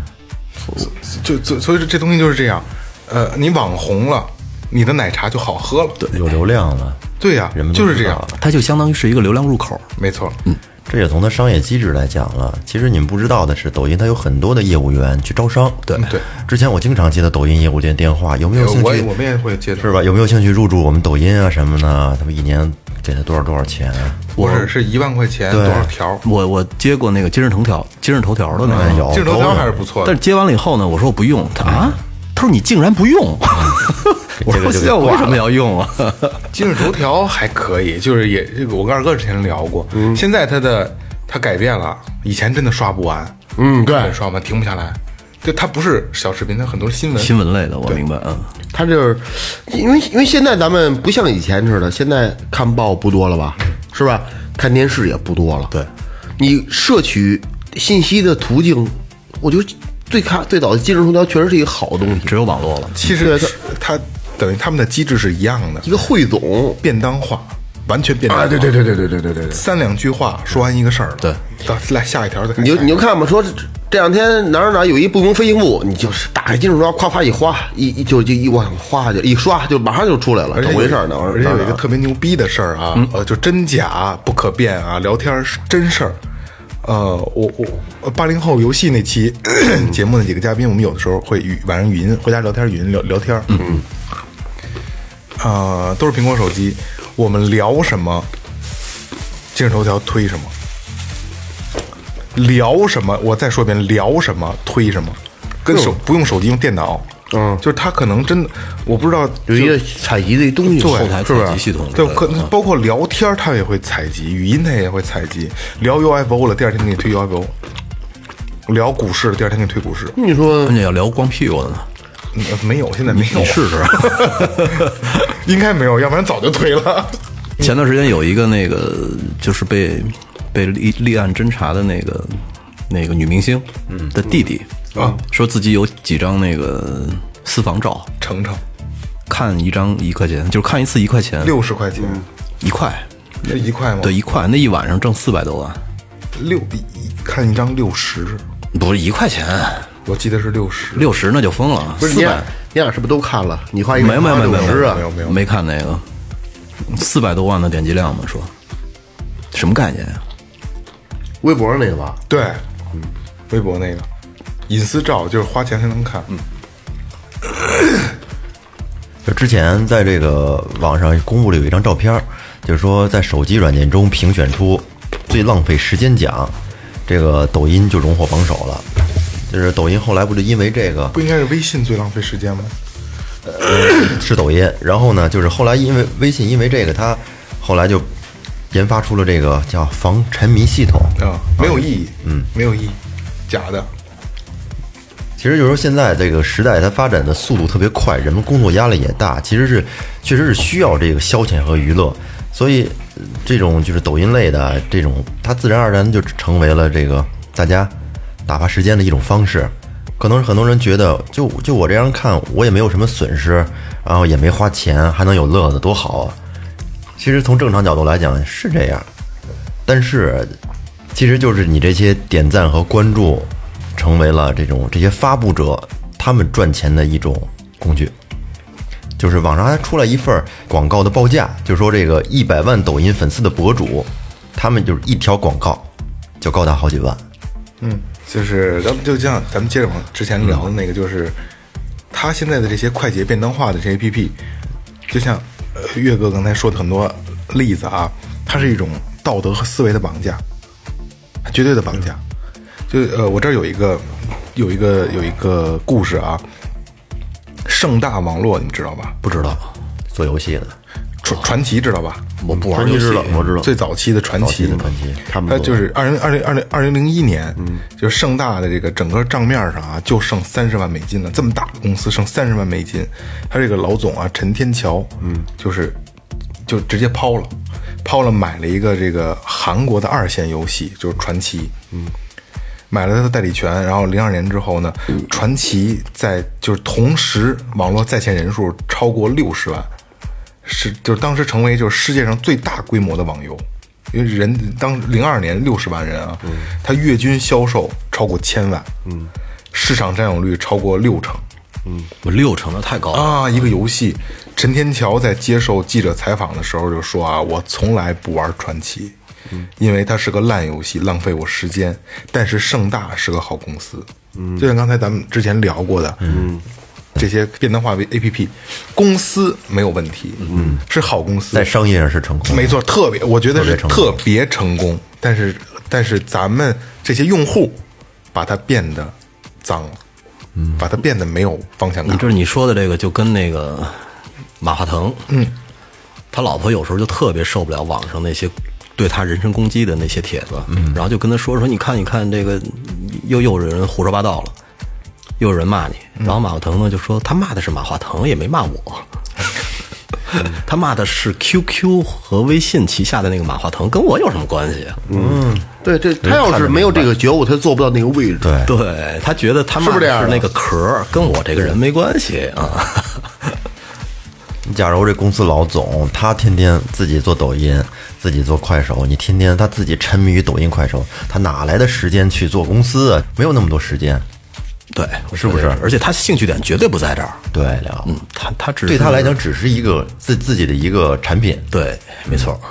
所以这东西就是这样。你网红了，你的奶茶就好喝了， 对，有流量了。 对呀，就是这样， 它就相当于是一个流量入口。 没错， 这也从它商业机制来讲了。其实你们不知道的是，抖音它有很多的业务员去招商。 对。 之前我经常接到抖音业务店电话，有没有兴趣？ 我们也会接到， 是吧？有没有兴趣入驻我们抖音啊什么的？他们一年给他多少钱啊？ 是1万块钱多少条？ 我接过那个今日头条的那个有， 今日头条还是不错的。 但是接完了以后呢，我说我不用，他说你竟然不用？我说现在我为什么要用啊？ 今日头条还可以，就是也这个我跟二哥之前聊过，现在它改变了，以前真的刷不完，对，刷不完停不下来。就它不是小视频，它很多新闻类的，我明白。 它就是因为现在咱们不像以前似的，现在看报不多了吧，是吧？看电视也不多了。 对， 你摄取信息的途径，我觉得最早的今日头条确实是一个好东西， 只有网络了。 其实它等于他们的机制是一样的， 一个汇总便当化，完全便当化。 对3-2句话说完一个事儿了。 对，来下一条再看。 你就看吧，说这两天哪儿有一不明飞行物，你就是打开金属刷，夸夸一划，一往哗就一刷，就马上就出来了，怎么回事呢？ 而且有一个特别牛逼的事儿啊，就真假不可辨啊，聊天是真事儿。我80后游戏那期节目那几个嘉宾，我们有的时候会晚上语音回家聊天，语音聊天，都是苹果手机，我们聊什么，今日头条推什么，聊什么，我再说一遍，聊什么推什么，跟不用手机，用电脑。就是他可能真的，我不知道有一个采集的东西， 后台采集系统， 对，可能包括聊天他也会采集，语音他也会采集，聊 UFO 了，第二天给你推 UFO， 聊股市了，第二天给你推股市。 你说人家要聊光屁股的呢？ 没有，现在没有， 你试试， 应该没有，要不然早就推了。 前段时间有一个那个就是被立案侦查的那个女明星的弟弟说自己有几张那个私房照， 程看一张1块钱，就是看一次1块钱 ，60块钱 ，1块， 是1块吗？ 对，1块，那一晚上挣400多万， 看一张60， 不是1块钱， 我记得是60 那就疯了， 不是你俩是不是都看了？你花一个没有没有没看那个400多万的点击量嘛？说什么概念呀？ 微博那个吧？ 对，微博那个隐私照就是花钱才能看。 就之前在这个网上公布了有一张照片，就是说在手机软件中评选出最浪费时间奖，这个抖音就荣获榜首了。就是抖音后来不就因为这个， 不应该是微信最浪费时间吗？ 是抖音。然后呢，就是后来因为微信因为这个，它后来就研发出了这个叫防沉迷系统啊，没有意义，没有意义，假的。 其实就是说，现在这个时代它发展的速度特别快，人们工作压力也大，确实是需要这个消遣和娱乐，所以这种就是抖音类的这种，它自然而然就成为了这个大家打发时间的一种方式。可能很多人觉得，就我这样看，我也没有什么损失，然后也没花钱，还能有乐子，多好啊！其实从正常角度来讲是这样，但是其实就是你这些点赞和关注，成为了这些发布者他们赚钱的一种工具。就是网上还出来一份广告的报价，就是说这个100万抖音粉丝的博主，他们就是一条广告就高达好几万。 就是就像咱们接着往之前聊的那个，就是他现在的这些快捷便当化的这些 APP， 就像岳哥刚才说的很多例子啊，它是一种道德和思维的绑架，绝对的绑架。就我这儿有一个故事啊，盛大网络你知道吧？ 不知道，做游戏的传奇知道吧？ 我不玩游戏， 我知道最早期的传奇， 他们它就是2001年，就是盛大的这个整个账面上啊，就剩30万美金了。这么大的公司剩30万美金，他这个老总啊，陈天桥，就直接抛了，买了一个这个韩国的2线游戏，就是传奇，买了他的代理权。然后02年之后呢，传奇就是同时网络在线人数超过60万。就是当时成为就是世界上最大规模的网游，因为02年60万人啊，它月均销售超过1000万，市场占有率超过60%， 我60%那太高了啊！一个游戏，陈天桥在接受记者采访的时候就说啊，我从来不玩传奇，因为它是个烂游戏，浪费我时间。但是盛大是个好公司，就像刚才咱们之前聊过的，这些便当化为 APP 公司没有问题，是好公司， 在商业上是成功， 没错，我觉得是特别成功。但是咱们这些用户把它变得脏了，把它变得没有方向感。 你说的这个就跟那个马化腾，他老婆有时候就特别受不了网上那些对他人身攻击的那些帖子，然后就跟他说你看这个又有人胡说八道了。又有人骂你，然后马化腾呢就说他骂的是马化腾，也没骂我，他骂的是 QQ 和微信旗下的那个马化腾，跟我有什么关系啊？ 对，他要是没有这个觉悟，他做不到那个位置。 对，他觉得他骂的是那个壳，跟我这个人没关系啊。 假如这公司老总他天天自己做抖音， 自己做快手，你天天他自己沉迷于抖音快手，他哪来的时间去做公司啊？没有那么多时间。 对， 是不是？ 而且他兴趣点绝对不在这儿。 对了， 他只是对他来讲只是一个自己的一个产品。 对，没错。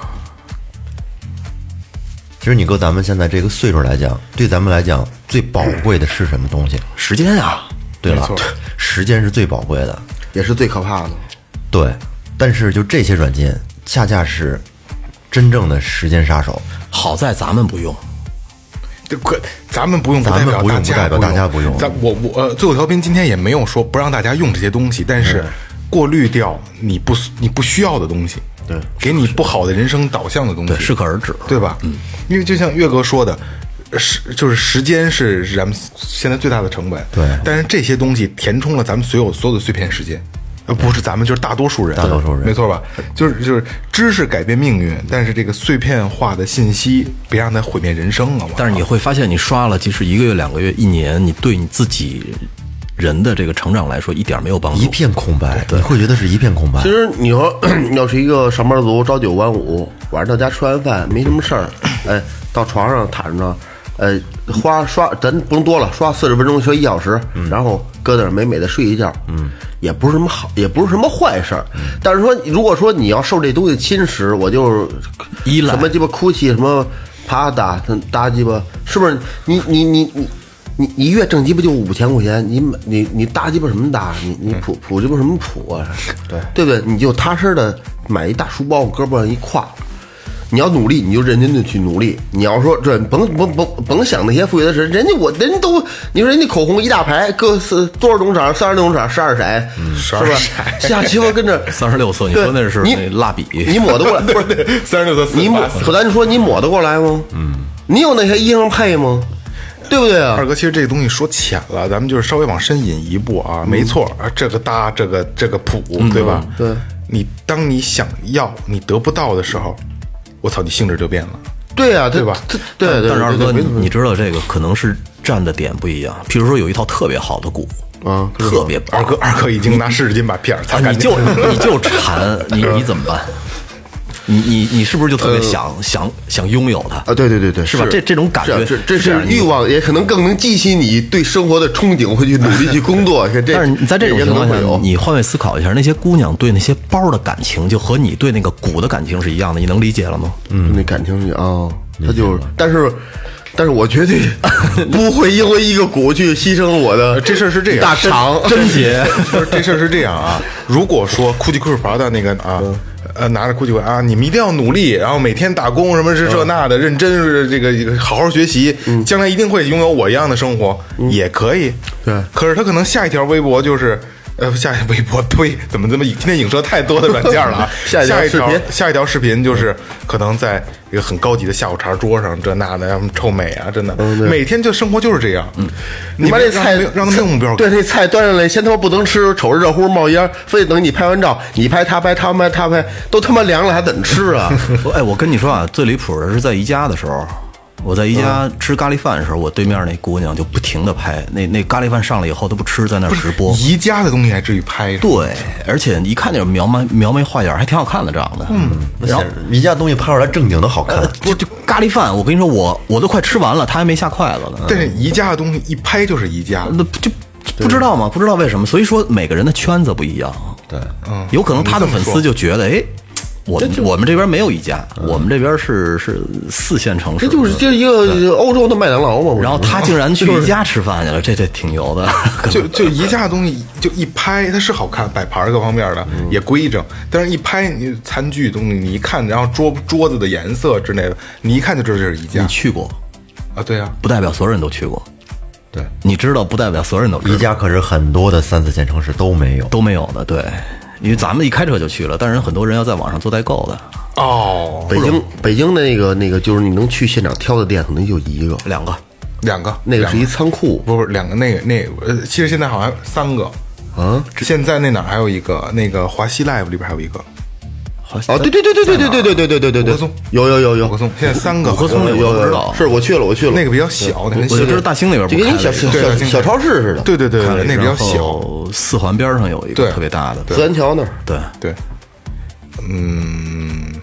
其实你搁咱们现在这个岁数来讲，对咱们来讲最宝贵的是什么东西？ 时间啊。 对了，时间是最宝贵的， 也是最可怕的。 对，但是就这些软件，恰恰是真正的时间杀手。 好在咱们不用。 咱们不用，不代表大家不用。我最后调频今天也没有说不让大家用这些东西，但是过滤掉你不需要的东西，对，给你不好的人生导向的东西， 适可而止， 对吧？因为就像岳哥说的，就是时间是咱们现在最大的成本， 对。 但是这些东西填充了咱们所有的碎片时间。不是咱们，就是大多数人，没错吧？就是知识改变命运，但是这个碎片化的信息别让它毁灭人生啊！ 但是你会发现，你刷了，即使1个月、2个月、1年，你对你自己人的这个成长来说，一点没有帮助， 一片空白，你会觉得是一片空白。 其实你说要是一个上班族，朝9晚5，晚上到家吃完饭没什么事儿，哎，到床上躺着。刷咱不用多了，刷40分钟学1小时，然后搁那儿美美的睡一觉，也不是什么好，也不是什么坏事儿。但是说，如果说你要受这东西侵蚀，我就依赖什么鸡巴哭泣，什么啪打鸡巴，是不是？你月挣鸡巴就5000块钱，你打鸡巴什么打？你谱鸡巴什么谱啊？对不对？你就踏实的买一大书包，胳膊上一挎。你要努力，你就认真的去努力。你要说这甭想那些富裕的事，人都你说人家口红一大排，各多少种色，36种色，12色，是吧？下鸡巴跟着 36色，你说那是那蜡笔， 你抹得过来？不是 36色， 你咱说你抹得过来吗？你有那些衣裳配吗？对不对啊？ 二哥，其实这个东西说浅了，咱们就是稍微往深引一步啊。没错，这个搭这个谱，对吧？ 对， 当你想要你得不到的时候。我操，你性质就变了， 对啊， 对吧？ 对。 但是二哥，你知道这个可能是站的点不一样。譬如说有一套特别好的鼓，特别棒。 二哥已经拿湿纸巾把片儿擦干净了， 你就馋，你怎么办？你是不是就特别想拥有它啊？对， 是吧？这种感觉， 这是欲望，也可能更能激起你对生活的憧憬，会去努力去工作。 但是你在这种情况下，你换位思考一下，那些姑娘对那些包的感情，就和你对那个鼓的感情是一样的，你能理解了吗？ 那感情是啊，他就是，但是我绝对不会因为一个鼓去牺牲我的。 这事儿是这样， 大肠贞洁。 这事儿是这样啊。如果说Gucci库帕的那个啊。拿着Gucci啊，你们一定要努力，然后每天打工，什么是这那的，认真这个好好学习，将来一定会拥有我一样的生活，也可以。 对， 可是他可能下一条微博就是。下一微博对，怎么今天影射太多的软件了啊？下一条视频就是可能在一个很高级的下午茶桌上，这那的让他们臭美啊，真的，每天就生活就是这样。 你把这菜让他没有目标感， 对，这菜端上来，先他妈不能吃，瞅着热乎冒烟，非得等你拍完照，你拍他拍，他拍，都他妈凉了，还怎么吃啊？ 哎，我跟你说啊，最离谱的是在宜家的时候。我在宜家吃咖喱饭的时候，我对面那姑娘就不停的拍，那咖喱饭上来以后，她不吃，在那直播。 宜家的东西还至于拍？ 对，而且一看就是描眉画眼，还挺好看的，长得。 然后宜家东西拍出来正经的好看。 就咖喱饭，我跟你说，我都快吃完了，她还没下筷子呢。 但是宜家的东西一拍就是宜家， 那就不知道吗？不知道为什么。所以说每个人的圈子不一样。 对， 有可能他的粉丝就觉得，哎。我们这边没有宜家，我们这边是4线城市， 这就是一个欧洲的麦当劳嘛。 然后他竟然去宜家吃饭去了，这挺牛的。 就宜家的东西，就一拍它是好看，摆盘各方面的也规整，但是一拍你餐具东西，你一看，然后桌子的颜色之类的，你一看就知道这是宜家。 你去过啊？对啊， 不代表所有人都去过。 对， 你知道不代表所有人都知道。 宜家可是很多的3、4线城市都没有的，对。因为咱们一开车就去了，但是很多人要在网上做代购的。 哦， 北京的那个就是你能去现场挑的店，可能就一个、 两个， 那个是一仓库， 不是2个，其实现在好像3个啊。 现在那哪还有一个，那个华西 Live 里边还有一个。 哦，对，五棵松有五棵松，现在3个。 五棵松我不知道， 是我去了， 那个比较小， 我就知道大兴那边就跟你小超市似的。 对，那比较小。 4环边上有一个特别大的， 自然桥那儿。 对，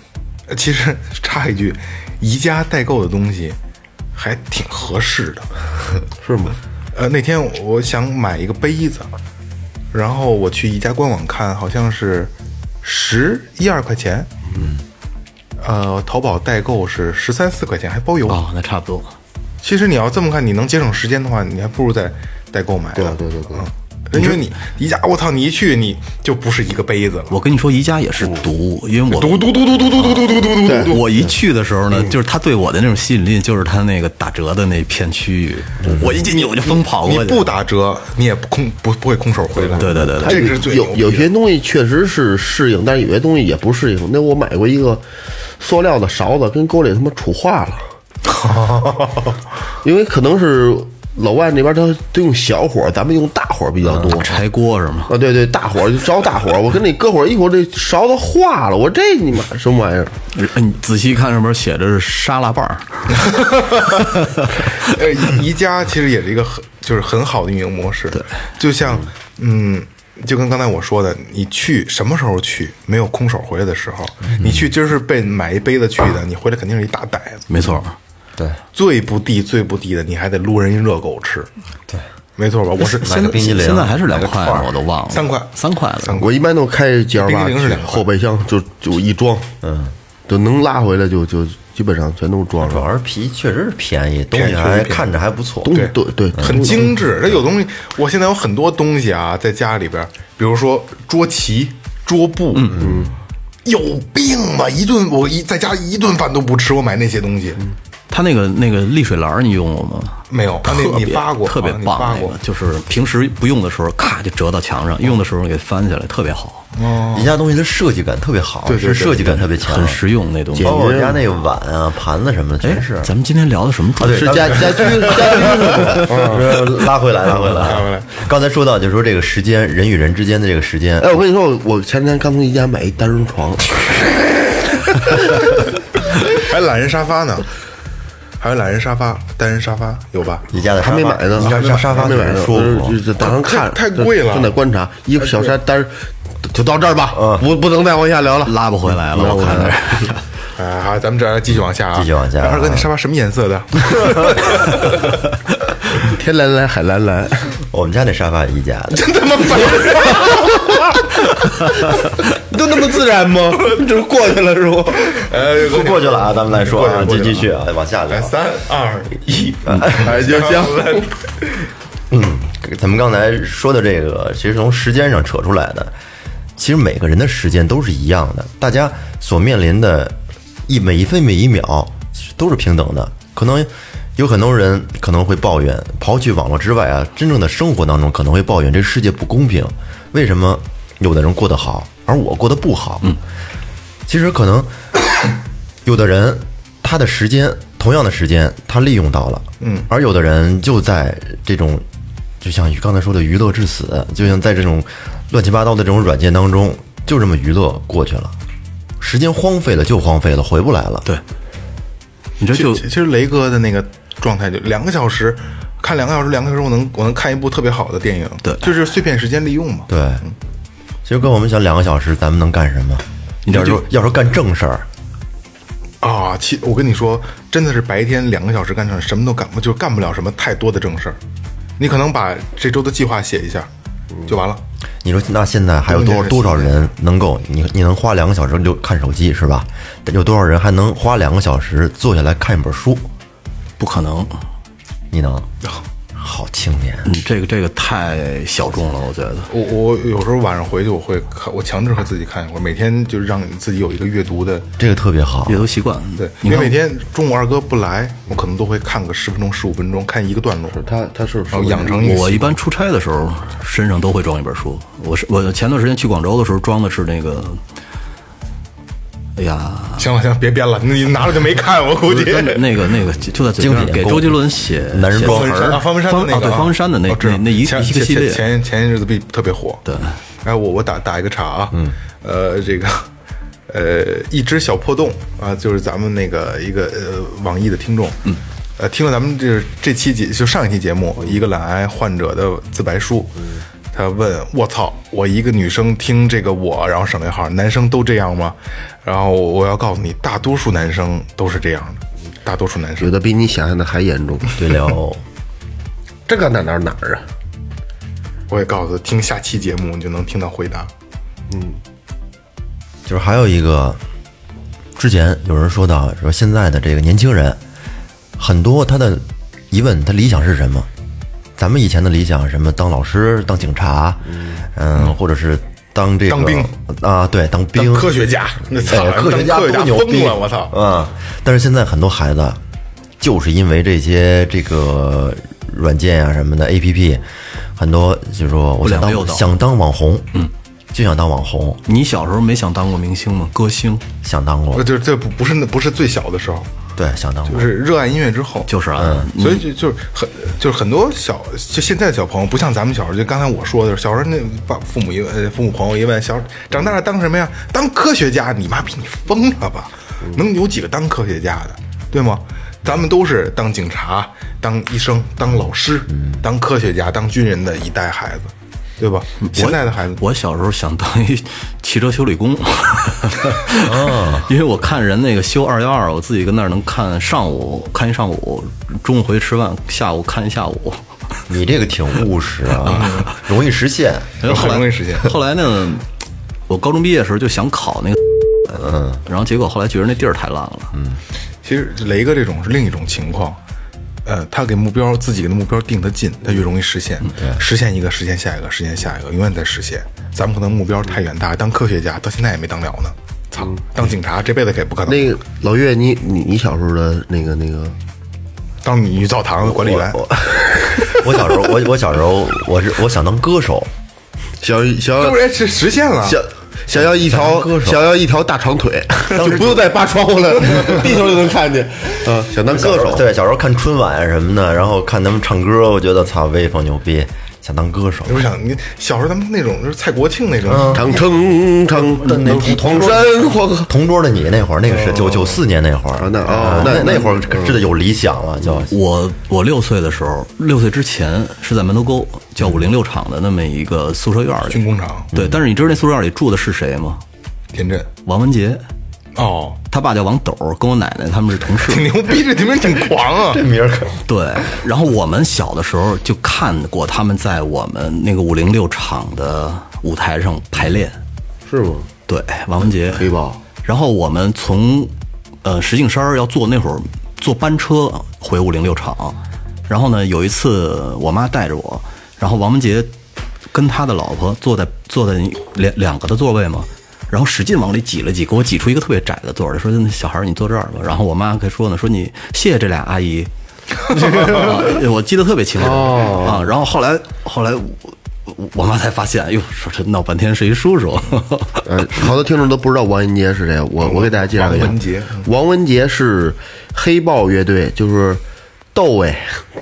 其实插一句，宜家代购的东西还挺合适的， 是吗？ 那天我想买一个杯子，然后我去宜家官网看，好像是11-12块钱，淘宝代购是13-14块钱，还包邮。 哦，那差不多。 其实你要这么看，你能节省时间的话，你还不如在代购买的。 对， 因为你宜家，我操，你一去你就不是一个杯子了。 我跟你说，宜家也是毒，因为我嘟， 我一去的时候呢，就是他对我的那种吸引力，就是他那个打折的那片区域，我一进去我就疯跑过去。 你不打折，你也不会空手回来。 对， 这个是最牛逼的。 有些东西确实是适应，但是有些东西也不适应。那我买过一个塑料的勺子，跟沟里他妈杵化了，因为可能是。老外那边他都用小火，咱们用大火比较多。 柴锅是吗？ 啊，对，大火就着大火，我跟那搁火一会儿，这勺子化了，我这你妈什么玩意儿？ 你仔细看上面写着是沙拉棒。 宜家其实也是一个很好的运营模式，对，就像就跟刚才我说的，你去什么时候去，没有空手回来的时候，你去今儿是被买一杯子去的，你回来肯定是一大袋子， 没错。 对， 最不地的，你还得撸人一热狗吃。对，没错吧？我是买个冰激凌， 现在还是2块呢，我都忘了。3块了。 我一般都开GL8，后备箱就一装，就能拉回来就基本上全都装上。 主要是皮确实是便宜，东西还看着还不错。 对， 很精致。这有东西，我现在有很多东西啊，在家里边，比如说桌旗、桌布，有病吧？我在家一顿饭都不吃，我买那些东西。 他那个沥水篮你用过吗？ 没有，你发过， 特别棒。那个就是平时不用的时候，咔就折到墙上；用的时候给翻起来，特别好。 宜家东西的设计感特别好， 对， 设计感特别强， 很实用那东西。 包括家那个碗啊、盘子什么的，全是。 咱们今天聊的什么主题？ 是家居。 拉回来。刚才说到，就是说这个时间，人与人之间的这个时间。 哎，我跟你说，我前天刚从宜家买一单人床， 还懒人沙发呢。还有懒人沙发、单人沙发有吧？ 宜家的还没买呢， 沙发没买呢，就打算看， 太贵了， 正在观察一个小山，但是就到这儿吧，不能再往下聊了， 拉不回来了，我看着。 哎，好，咱们这继续往下啊， 继续往下。 二哥，你沙发什么颜色的？ 天蓝蓝，海蓝蓝。 我们家那沙发宜家的， 真他妈烦！ 都那么自然吗？就是过去了是不？ 过去了啊，咱们来说啊，继续啊，往下聊。 3、2、1， 哎，就行。 咱们刚才说的这个，其实从时间上扯出来的，其实每个人的时间都是一样的，大家所面临的每一分每一秒都是平等的。可能有很多人可能会抱怨，刨去网络之外啊，真正的生活当中可能会抱怨这个世界不公平，为什么有的人过得好，而我过得不好？其实可能有的人他的时间，同样的时间他利用到了，而有的人就在这种，就像刚才说的娱乐至死，就像在这种乱七八糟的这种软件当中，就这么娱乐过去了，时间荒废了就荒废了，回不来了。 对，你这就其实雷哥的那个状态就2个小时，看2个小时，2个小时我能看一部特别好的电影， 对， 就是碎片时间利用嘛。 对，其实跟我们想2个小时，咱们能干什么？要说干正事儿啊，我跟你说，真的是白天2个小时干成什么都干不，就干不了什么太多的正事儿。你可能把这周的计划写一下，就完了。 你说那现在还有多少人能够你能花2个小时就看手机是吧？有多少人还能花2个小时坐下来看一本书？ 不可能， 你能？好青年， 这个太小众了，我觉得。 我有时候晚上回去我会看，我强制和自己看一会儿，每天就是让你自己有一个阅读的， 这个特别好， 阅读习惯。 对，因为每天中午二哥不来，我可能都会看个10分钟、15分钟，看一个段落。 他是然后养成一个。 我一般出差的时候身上都会装一本书。我前段时间去广州的时候装的是那个。哎呀， 行了，别编了，你拿了就没看，我估计。 那个就在嘴边给周杰伦写男人装方文山的那个， 对方文山的那一个系列， 前一阵子特别火。 对， 哎，我打一个岔啊，这个一只小破洞啊，就是咱们那个一个网易的听众，听了咱们这期就上一期节目一个懒癌患者的自白书， 他问我操，我一个女生听这个然后省略号，男生都这样吗？然后我要告诉你，大多数男生都是这样的，大多数男生有的比你想象的还严重。 对了， 这个哪儿啊？ 我也告诉他，听下期节目你就能听到回答。 就是还有一个，之前有人说到说现在的这个年轻人，很多他的疑问，他理想是什么？咱们以前的理想是什么？当老师、当警察，或者是当这个当兵啊，对，当兵、 当科学家，那操， 科学家当多牛逼疯了，我操！ 啊！但是现在很多孩子就是因为这些这个软件啊什么的 APP， 很多就是说我想当网红，就想当网红。 你小时候没想当过明星吗？歌星想当过， 这不是最小的时候， 对，想当过， 就是热爱音乐之后， 就是啊， 所以就是很多就现在的小朋友不像咱们小时候，就刚才我说的，小时候那父母朋友一问，小时候长大了当什么呀？当科学家？你妈逼你疯了吧？能有几个当科学家的，对吗？咱们都是当警察、当医生、当老师、当科学家、当军人的一代孩子，对吧？现在的孩子， 我小时候想当一汽车修理工，因为我看人那个修212，我自己跟那儿能看上午看一上午，中午回去吃饭，下午看一下午。 你这个挺务实啊，容易实现。 很容易实现。 后来呢，我高中毕业的时候就想考那个，然后结果后来觉得那地儿太烂了， 其实雷哥这种是另一种情况，他给自己的目标定得近，他越容易实现。实现一个，实现下一个，实现下一个，永远在实现。咱们可能目标太远大，当科学家到现在也没当了呢。操，当警察这辈子可也不可能。 那个老岳，你小时候的那个， 当女澡堂的管理员。 我小时候我想当歌手， 想这不是实现了。 想要一条大长腿，就不用再扒窗户了，低头就能看见。想当歌手， 对，小时候看春晚什么的，然后看他们唱歌，我觉得操威风牛逼，想当歌手。 我想你小时候咱们那种就是蔡国庆那种， 长城同山同桌的你那会儿，那个是94年那会儿，那会儿真的有理想了。就我6岁的时候，6岁之前是在门头沟叫506厂的那么一个宿舍院里， 军工厂。 对，但是你知道那宿舍院里住的是谁吗？ 田震、 王文杰。 哦， 他爸叫王斗，跟我奶奶他们是同事。 挺牛逼，这名挺狂啊！ 这名儿可对。然后我们小的时候就看过他们在我们那个506厂的舞台上排练， 是吗？ 对，王文杰、 黑豹。 然后我们从石景山要那会儿坐班车回506厂，然后呢有一次我妈带着我，然后王文杰跟他的老婆坐在两个的座位嘛。然后使劲往里挤了挤，给我挤出一个特别窄的座儿来，说：“小孩，你坐这儿吧。”然后我妈还说呢，说你谢谢这俩阿姨，我记得特别清楚啊。然后后来我妈才发现，哟，说这闹半天是一叔叔。 好多听众都不知道王文杰是谁，我给大家介绍一下。王文杰是黑豹乐队，就是窦唯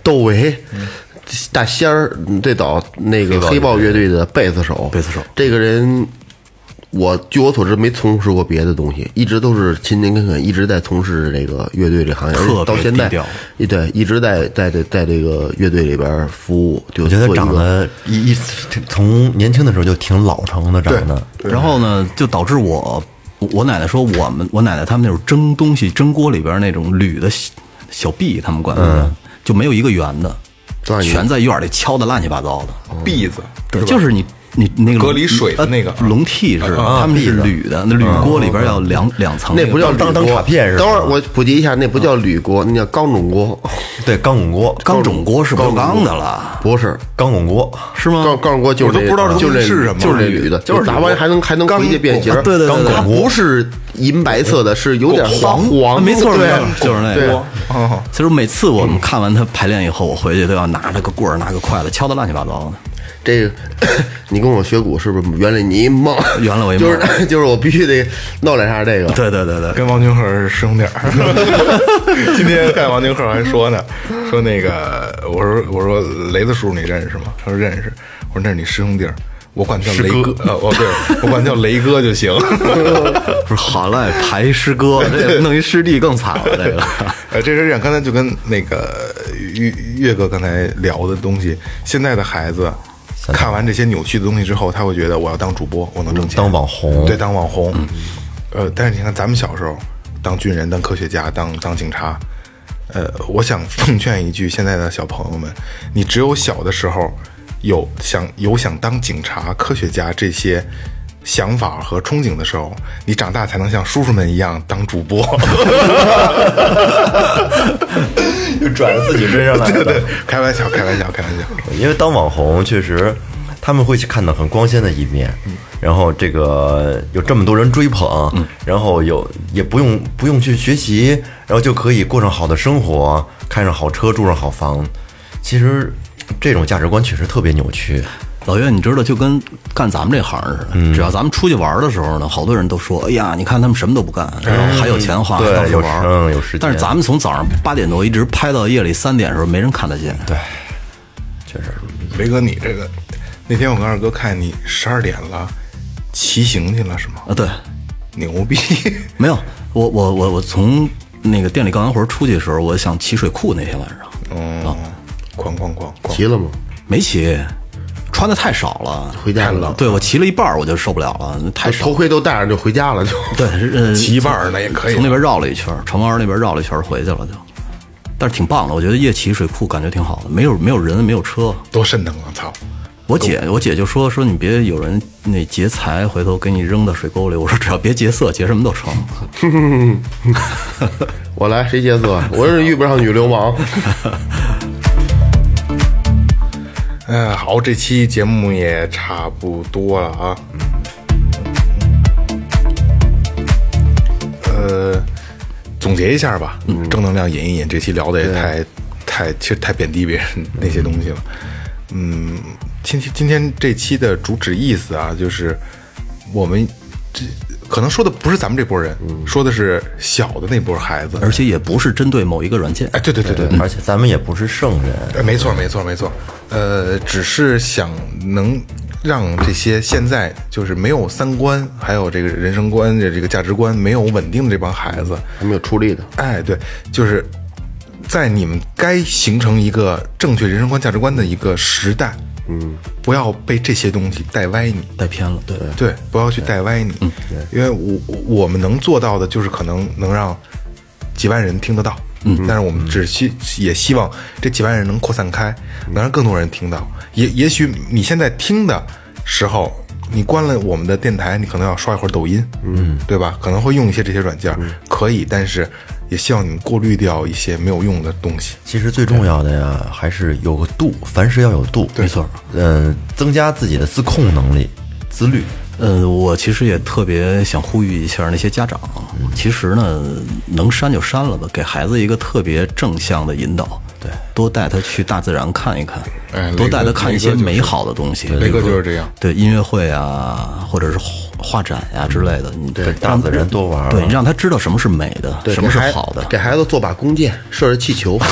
大仙儿最早那个黑豹乐队的贝斯手。这个人。据我所知没从事过别的东西，一直都是勤勤恳恳，一直在从事这个乐队这行业，而且到现在，对，一直在这个乐队里边服务。 我觉得他长得从年轻的时候就挺老成的，长得。 然后呢，就导致我奶奶说我奶奶他们那种蒸东西蒸锅里边那种铝的小篦，他们管的，就没有一个圆的，全在院里敲的乱七八糟的篦子， 对，就是你那个隔离水的那个笼屉是，他们是铝的，那铝锅里边要两层， 那不叫当卡片是吧？ 等会儿我普及一下，那不叫铝锅，那叫钢种锅。 对，钢种锅， 钢种锅是不钢的了， 不是钢种锅是吗？ 钢种锅就是我都不知道这是什么， 就是铝的，就是打完还能回去变形。 对， 它不是银白色的，是有点黄， 没错， 对， 就是那个。 其实每次我们看完他排练以后，我回去都要拿着个棍儿，拿个筷子敲的乱七八糟的。 这个，你跟我学鼓是不是圆了你一梦？ 圆了我一梦， 就是我必须得弄两下这个。 对， 跟王俊鹤是师兄弟儿。今天看王俊鹤还说呢，说那个我说雷子叔你认识吗？他说认识。我说那是你师兄弟儿。我管叫雷哥，对，我管叫雷哥就行。 不是好赖排师哥，这弄一师弟更惨了。这个， 这是刚才就跟那个岳哥刚才聊的东西，现在的孩子看完这些扭曲的东西之后，他会觉得我要当主播，我能挣钱， 当网红， 对，当网红。但是你看咱们小时候，当军人、当科学家、当警察，我想奉劝一句现在的小朋友们，你只有小的时候有想当警察、科学家这些想法和憧憬的时候，你长大才能像叔叔们一样当主播。 就转到自己身上来了。 对，开玩笑。 因为当网红确实，他们会去看到很光鲜的一面，然后这个有这么多人追捧，然后也不用去学习，然后就可以过上好的生活，开上好车，住上好房。其实这种价值观确实特别扭曲。 老岳，你知道，就跟干咱们这行似的，只要咱们出去玩的时候呢，好多人都说：“哎呀，你看他们什么都不干，然后还有钱花， 对， 到处玩， 有时间。” 但是咱们从早上8点多一直拍到夜里3点的时候，没人看得见。 对，确实。 雷哥，你这个那天我跟二哥看你12点了，骑行去了是吗？ 啊，对， 牛逼！ 没有，我从那个店里干完活出去的时候，我想骑水库那天晚上， 哐， 骑了吗？ 没骑。穿的太少了， 回家了。 对，我骑了一半我就受不了了，太少。 头盔都戴上就回家了，就对， 骑一半那也可以。 从那边绕了一圈，城湾那边绕了一圈回去了就，但是挺棒的，我觉得夜骑水库感觉挺好的，没有人，没有车， 多瘆得慌！操！ 我姐就说你别有人那劫财，回头给你扔到水沟里。我说只要别劫色，劫什么都成。 我来，谁劫色？我是遇不上女流氓。 好，这期节目也差不多了啊。总结一下吧，正能量引一引。这期聊的也其实太贬低别人那些东西了。今天这期的主旨意思啊，就是我们可能说的不是咱们这波人，说的是小的那波孩子， 而且也不是针对某一个软件。 哎，对， 而且咱们也不是圣人。 没错。只是想能让这些现在就是没有三观，还有这个人生观、这个价值观没有稳定的这帮孩子， 还没有出力的。 哎，对，就是在你们该形成一个正确人生观、价值观的一个时代。不要被这些东西带歪你、 带偏了。 对，不要去带歪你。因为我们能做到的就是可能能让几万人听得到。但是我们也希望这几万人能扩散开，能让更多人听到。也许你现在听的时候，你关了我们的电台，你可能要刷一会儿抖音，对吧？可能会用一些这些软件，可以，但是也希望你们过滤掉一些没有用的东西。 其实最重要的呀，还是有个度，凡事要有度。 没错。 增加自己的自控能力、自律。 我其实也特别想呼吁一下那些家长，其实呢，能删就删了吧，给孩子一个特别正向的引导。对，多带他去大自然看一看，多带他看一些美好的东西。 雷哥就是这样。 对，音乐会啊，或者是画展呀之类的，你对大自然多玩。 对，你让他知道什么是美的，什么是好的。 给孩子做把弓箭，射着气球。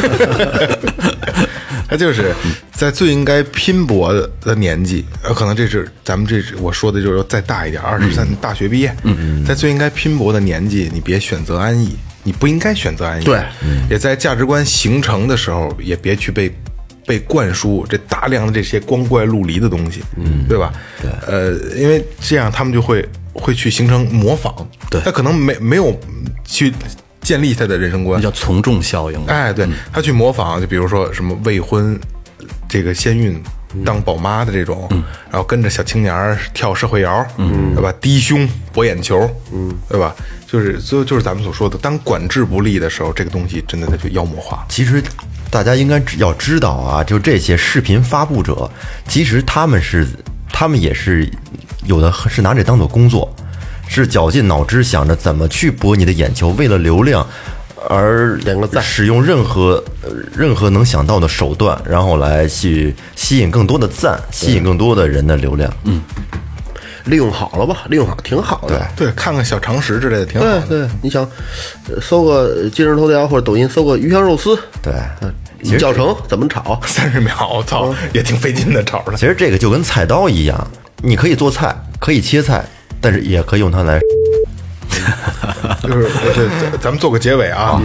他就是在最应该拼搏的年纪，可能咱们我说的就是再大一点，23大学毕业，在最应该拼搏的年纪，你别选择安逸，你不应该选择安逸。 对， 也在价值观形成的时候，也别去被灌输这大量的这些光怪陆离的东西，对吧？对，因为这样他们就会去形成模仿， 对， 他可能没有去建立他的人生观， 叫从众效应。 哎，对，他去模仿，就比如说什么未婚这个先孕当宝妈的这种，然后跟着小青年跳社会摇，对吧？低胸博眼球，对吧？就是咱们所说的，当管制不力的时候，这个东西真的它就妖魔化。 其实大家应该要知道啊，就这些视频发布者，其实他们也是有的是拿这当做工作。是绞尽脑汁想着怎么去博你的眼球，为了流量而使用任何能想到的手段，然后来去吸引更多的赞，吸引更多的人的流量。 利用好了吧，利用好挺好的。 对，看看小常识之类的挺好的。 对，你想搜个今日头条或者抖音，搜个鱼香肉丝，对，教程怎么炒 ，30秒，我操，也挺费劲的炒的。 其实这个就跟菜刀一样，你可以做菜，可以切菜。但是也可以用它来， 就是咱们做个结尾啊。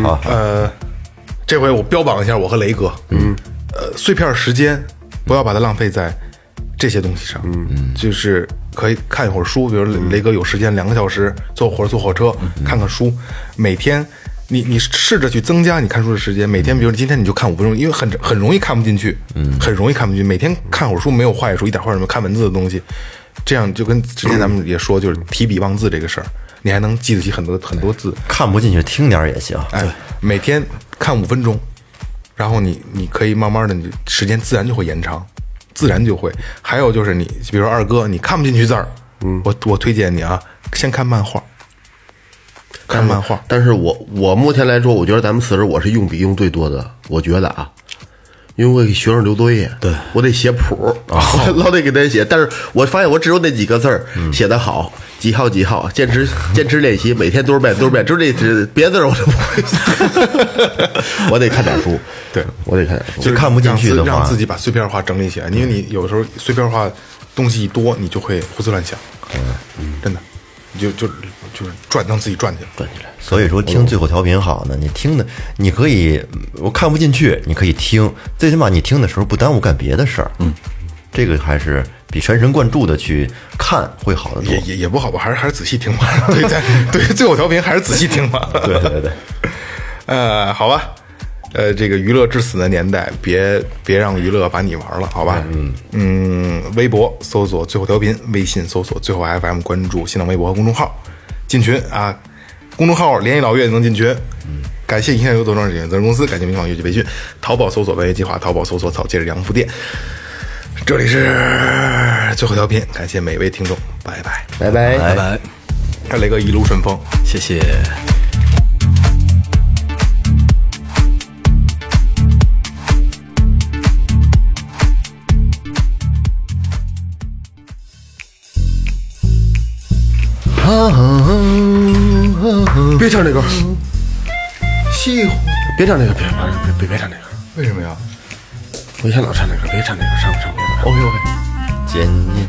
这回我标榜一下我和雷哥，碎片时间不要把它浪费在这些东西上，就是可以看一会儿书，比如雷哥有时间2个小时坐火车看看书，每天你试着去增加你看书的时间，每天比如今天你就看5分钟，因为很容易看不进去，很容易看不进去，每天看会儿书没有坏处，一点坏处没有，看文字的东西，这样就跟之前咱们也说，就是提笔忘字这个事儿，你还能记得起很多字， 看不进去听点儿也行。 哎，每天看5分钟，然后你可以慢慢的，你时间自然就会延长，自然就会。还有就是你，比如说二哥，你看不进去字儿，我推荐你啊，先看漫画，看漫画。 但是我目前来说，我觉得咱们4人我是用笔用最多的，我觉得啊。因为我给学生留作业，对我得写谱，老得给他写。但是我发现我只有那几个字儿写得好，几号几号，坚持练习，每天多少遍，就这别的字我都不会。我得看点书， 对我得看点书。 就看不进去的话， 让自己把碎片化整理起来，因为你有时候碎片化东西一多，你就会胡思乱想，真的，你就是让自己转起来。 所以说听最后调频好呢，你听的你可以，我看不进去，你可以听，最起码你听的时候不耽误干别的事儿。这个还是比全神贯注的去看会好得多。 也不好吧，还是仔细听吧。对，最后调频还是仔细听吧。 对。 好吧，这个娱乐至死的年代，别让娱乐把你玩了，好吧？微博搜索最后调频，微信搜索最后 FM， 关注新浪微博和公众号，进群啊。公众号联谊老岳就能进群。感谢银泰优作装饰有限责任公司，感谢民航乐器培训，淘宝搜索文艺计划，淘宝搜索草戒指洋服店。这里是最后调频，感谢每位听众，拜拜， 拜拜， 拜拜， 还有雷哥一路顺风， 谢谢。 别唱这歌， 西湖， 别唱这个，别唱这个。 为什么呀？ 我以前老唱这个，别唱这个，唱别的。OK。 剪音，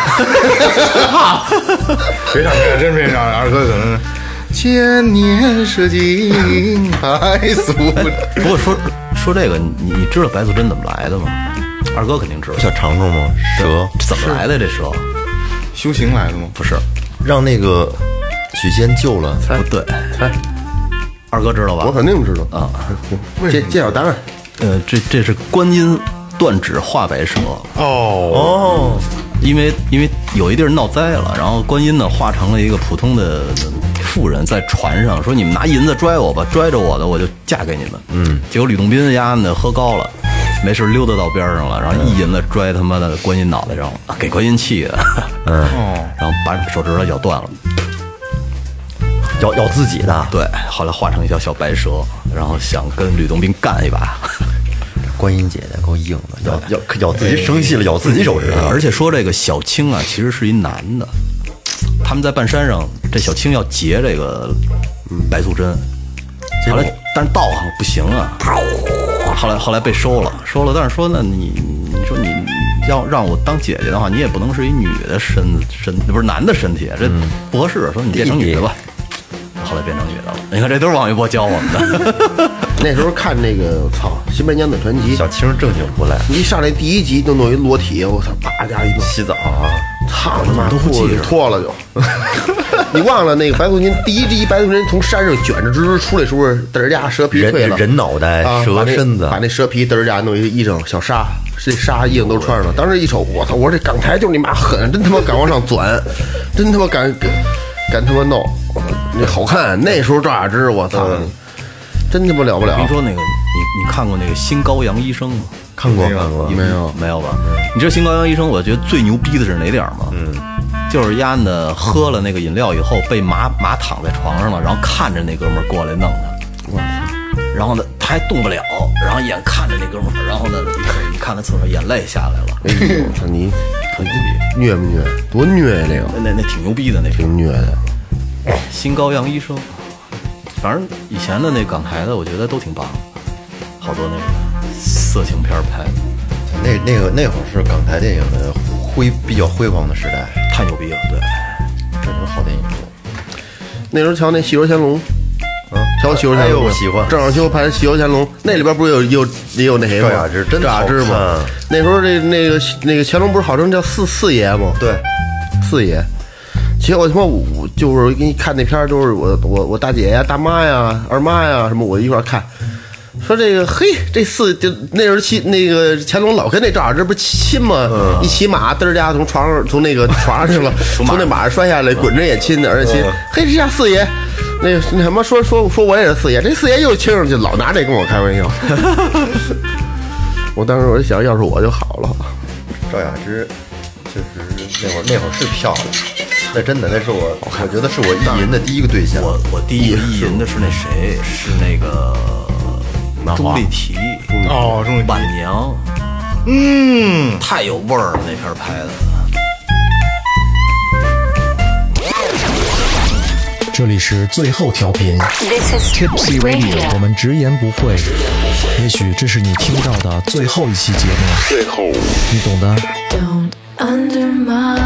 别唱这个，真别唱，二哥可能千年社稷白素。 不过说这个，你知道白素贞怎么来的吗？二哥肯定知道。 小长虫吗？蛇怎么来的？这蛇修行来的吗？ 不是， 让那个许仙救了。 不对，二哥知道吧？ 我肯定知道啊。揭晓答案。 这是观音断指化白蛇。 哦， 因为有一地儿闹灾了，然后观音呢化成了一个普通的妇人，在船上说：“你们拿银子拽我吧，拽着我的我就嫁给你们。”结果吕洞宾丫呢喝高了，没事溜达到边上了，然后一银子拽他妈的观音脑袋上了，给观音气的，然后把手指头咬断了。 咬自己的， 对，后来化成一条小白蛇，然后想跟吕洞宾干一把。 观音姐姐够硬的，咬自己生气了，咬自己手指头。 而且说这个小青啊，其实是一男的，他们在半山上，这小青要劫这个白素贞，后来但是道行不行啊，后来被收了，但是说那你说你要让我当姐姐的话，你也不能是一女的身不是男的身体，这不合适，说你变成女的吧。后来变成女的了，你看这都是王一博教我们的。 那时候看那个《新白娘子传奇》， 小青正经出来， 一上来第一集就弄一裸体，我操，叭家一顿洗澡啊， 操他妈都不记着脱了就。你忘了那个白素贞第一集，白素贞从山上卷着直出来，是不是嘚儿家蛇皮退了， 人脑袋蛇身子， 把那蛇皮嘚儿家弄一衣裳小纱，这纱衣裳都穿上了。当时一瞅，我操，我说这港台就是你妈狠，真他妈敢往上钻，真他妈敢他妈弄，那好看。那时候赵雅芝，我操，真他妈了不了。 听说那个你看过那个《新羔羊医生》吗？ 看过没有吧？ 你知道《新羔羊医生》我觉得最牛逼的是哪点吗？就是丫呢喝了那个饮料以后被马躺在床上了，然后看着那哥们儿过来弄他，哇！然后呢他还动不了，然后眼看着那哥们儿，然后呢你看他侧面眼泪下来了。 哎呦，你虐不虐？多虐呀！ 那挺牛逼的，那挺虐的。 新羔羊医生，反正以前的那港台的，我觉得都挺棒的，好多那个色情片拍的。 那会儿是港台电影的比较辉煌的时代， 太牛逼了，对， 这是好电影。 那时候瞧那《戏说乾隆》， 小喜游乾隆， 我喜欢郑少秋拍《喜游乾隆》，那里边不是有那谁吗？ 赵雅芝真赵雅芝好吗看？ 那时候那个乾隆不是号称叫四爷吗？ 对， 四爷。其实我他妈我就是给你看那片儿，都是我大姐呀、大妈呀、二妈呀什么，我一块儿看。说这个嘿，这就那时候那个乾隆老跟那赵雅芝不是亲吗？一骑马嘚儿家从那个床上去了，从那马上摔下来，滚着也亲的，而且亲。嘿，这家四爷，那什么说我也是四爷，这四爷又亲上去，老拿这跟我开玩笑。我当时我就想，要是我就好了。 赵雅芝就是那会儿是漂亮，那真的那是我觉得是我意淫的第一个对象。 我第一个意淫的是那谁，是那个钟丽缇哦，钟丽缇晚娘，太有味儿了，那片拍的。 这里是最后调频 This is Tipsy Radio. 我们直言不讳，也许这是你听到的最后一期节目，最后，你懂的。 Don't undermine